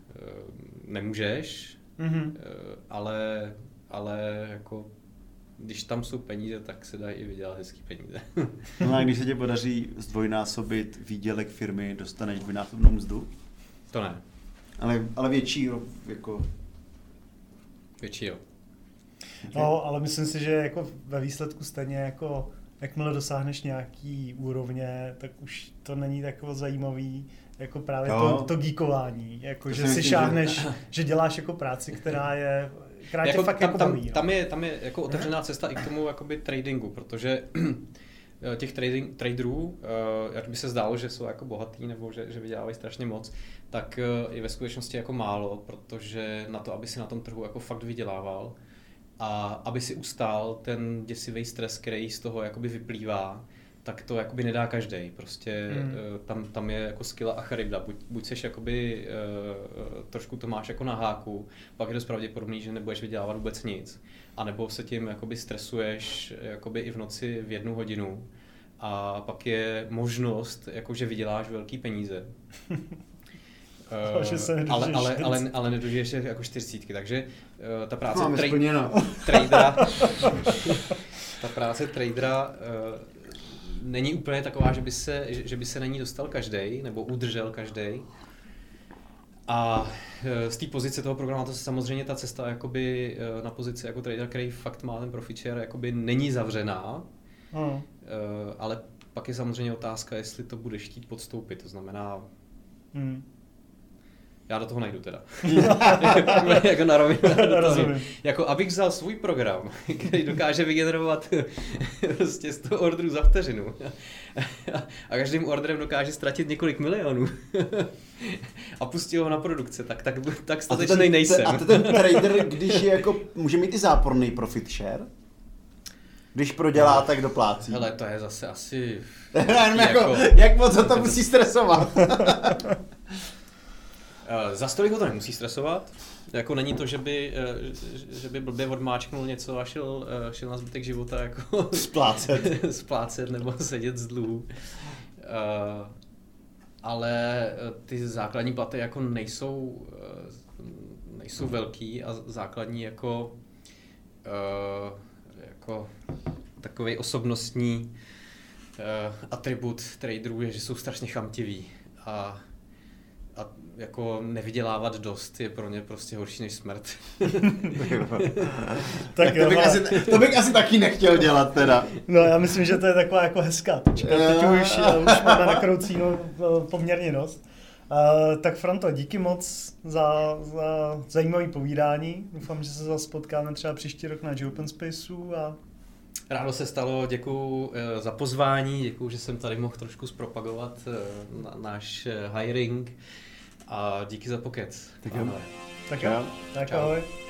nemůžeš, mm-hmm. ale, ale jako když tam jsou peníze, tak se dají i vydělat hezký peníze. No a když se tě podaří zdvojnásobit výdělek firmy, dostaneš dvojnásobnou mzdu? To ne. Ale, ale větší, jako... Větší, jo. No, ale myslím si, že jako ve výsledku stejně jako jakmile dosáhneš nějaký úrovně, tak už to není takové zajímavý, jako právě to, to geekování, jako to že si myslím, šáhneš, že... že děláš jako práci, která je, která tě jako, fakt tam, jako tam, baví. Tam je, tam je jako otevřená cesta i k tomu jakoby tradingu, protože těch trading, traderů, jak by se zdálo, že jsou jako bohatý nebo že, že vydělávají strašně moc, tak je ve skutečnosti jako málo, protože na to, aby si na tom trhu jako fakt vydělával a aby si ustál ten děsivý stres, který z toho jakoby vyplývá, tak to jakoby nedá každej. Prostě mm. tam, tam je jako skilla a charybda. Buď, buď seš jakoby, uh, trošku to máš jako na háku, pak je dost pravděpodobný, že nebudeš vydělávat vůbec nic. A nebo se tím jakoby stresuješ jakoby i v noci v jednu hodinu. A pak je možnost, jako, že vyděláš velký peníze. Uh, ale, ale, ale, ale nedožiješ jako čtyřicítky, takže uh, ta práce tra- tradera, ta práce tradera uh, není úplně taková, že by se, že, že by se na ní dostal každej, nebo udržel každej. A uh, z té pozice toho programátora se samozřejmě ta cesta jakoby, uh, na pozici jako trader, který fakt má ten profit share, jakoby není zavřená, mm. uh, ale pak je samozřejmě otázka, jestli to budeš chtít podstoupit, to znamená mm. Já do toho najdu teda. jako na rovinu. Jako abych vzal svůj program, který dokáže vygenerovat prostě sto orderů za vteřinu a každým orderem dokáže ztratit několik milionů a pustil ho na produkce, tak, tak, tak statečnej nejsem. A to ten trader, když je jako, může mít i záporný profit share? Když prodělá, no, tak doplácí. Hele, to je zase asi... jako, jak moc to musí stresovat? Za stolik ho to nemusí stresovat, jako není to, že by, že by blbě odmáčknul něco a šel, šel na zbytek života jako splácet. splácet nebo sedět z dluhů. Ale ty základní platy jako nejsou, nejsou velký a základní jako, jako takovej osobnostní atribut traderů je, že jsou strašně chamtiví a A jako nevydělávat dost je pro ně prostě horší než smrt. tak to, bych asi, to bych asi taky nechtěl dělat teda. No já myslím, že to je taková jako hezká tečka. Teď už, už máme nakroucíno poměrně dost. Uh, tak Franto, díky moc za, za zajímavé povídání. Doufám, že se zase potkáme třeba příští rok na Open Spaceu a rádo se stalo, děkuju za pozvání, děkuju, že jsem tady mohl trošku zpropagovat náš hiring a díky za pokec. Tak jo. Tak jo. Tak ahoj.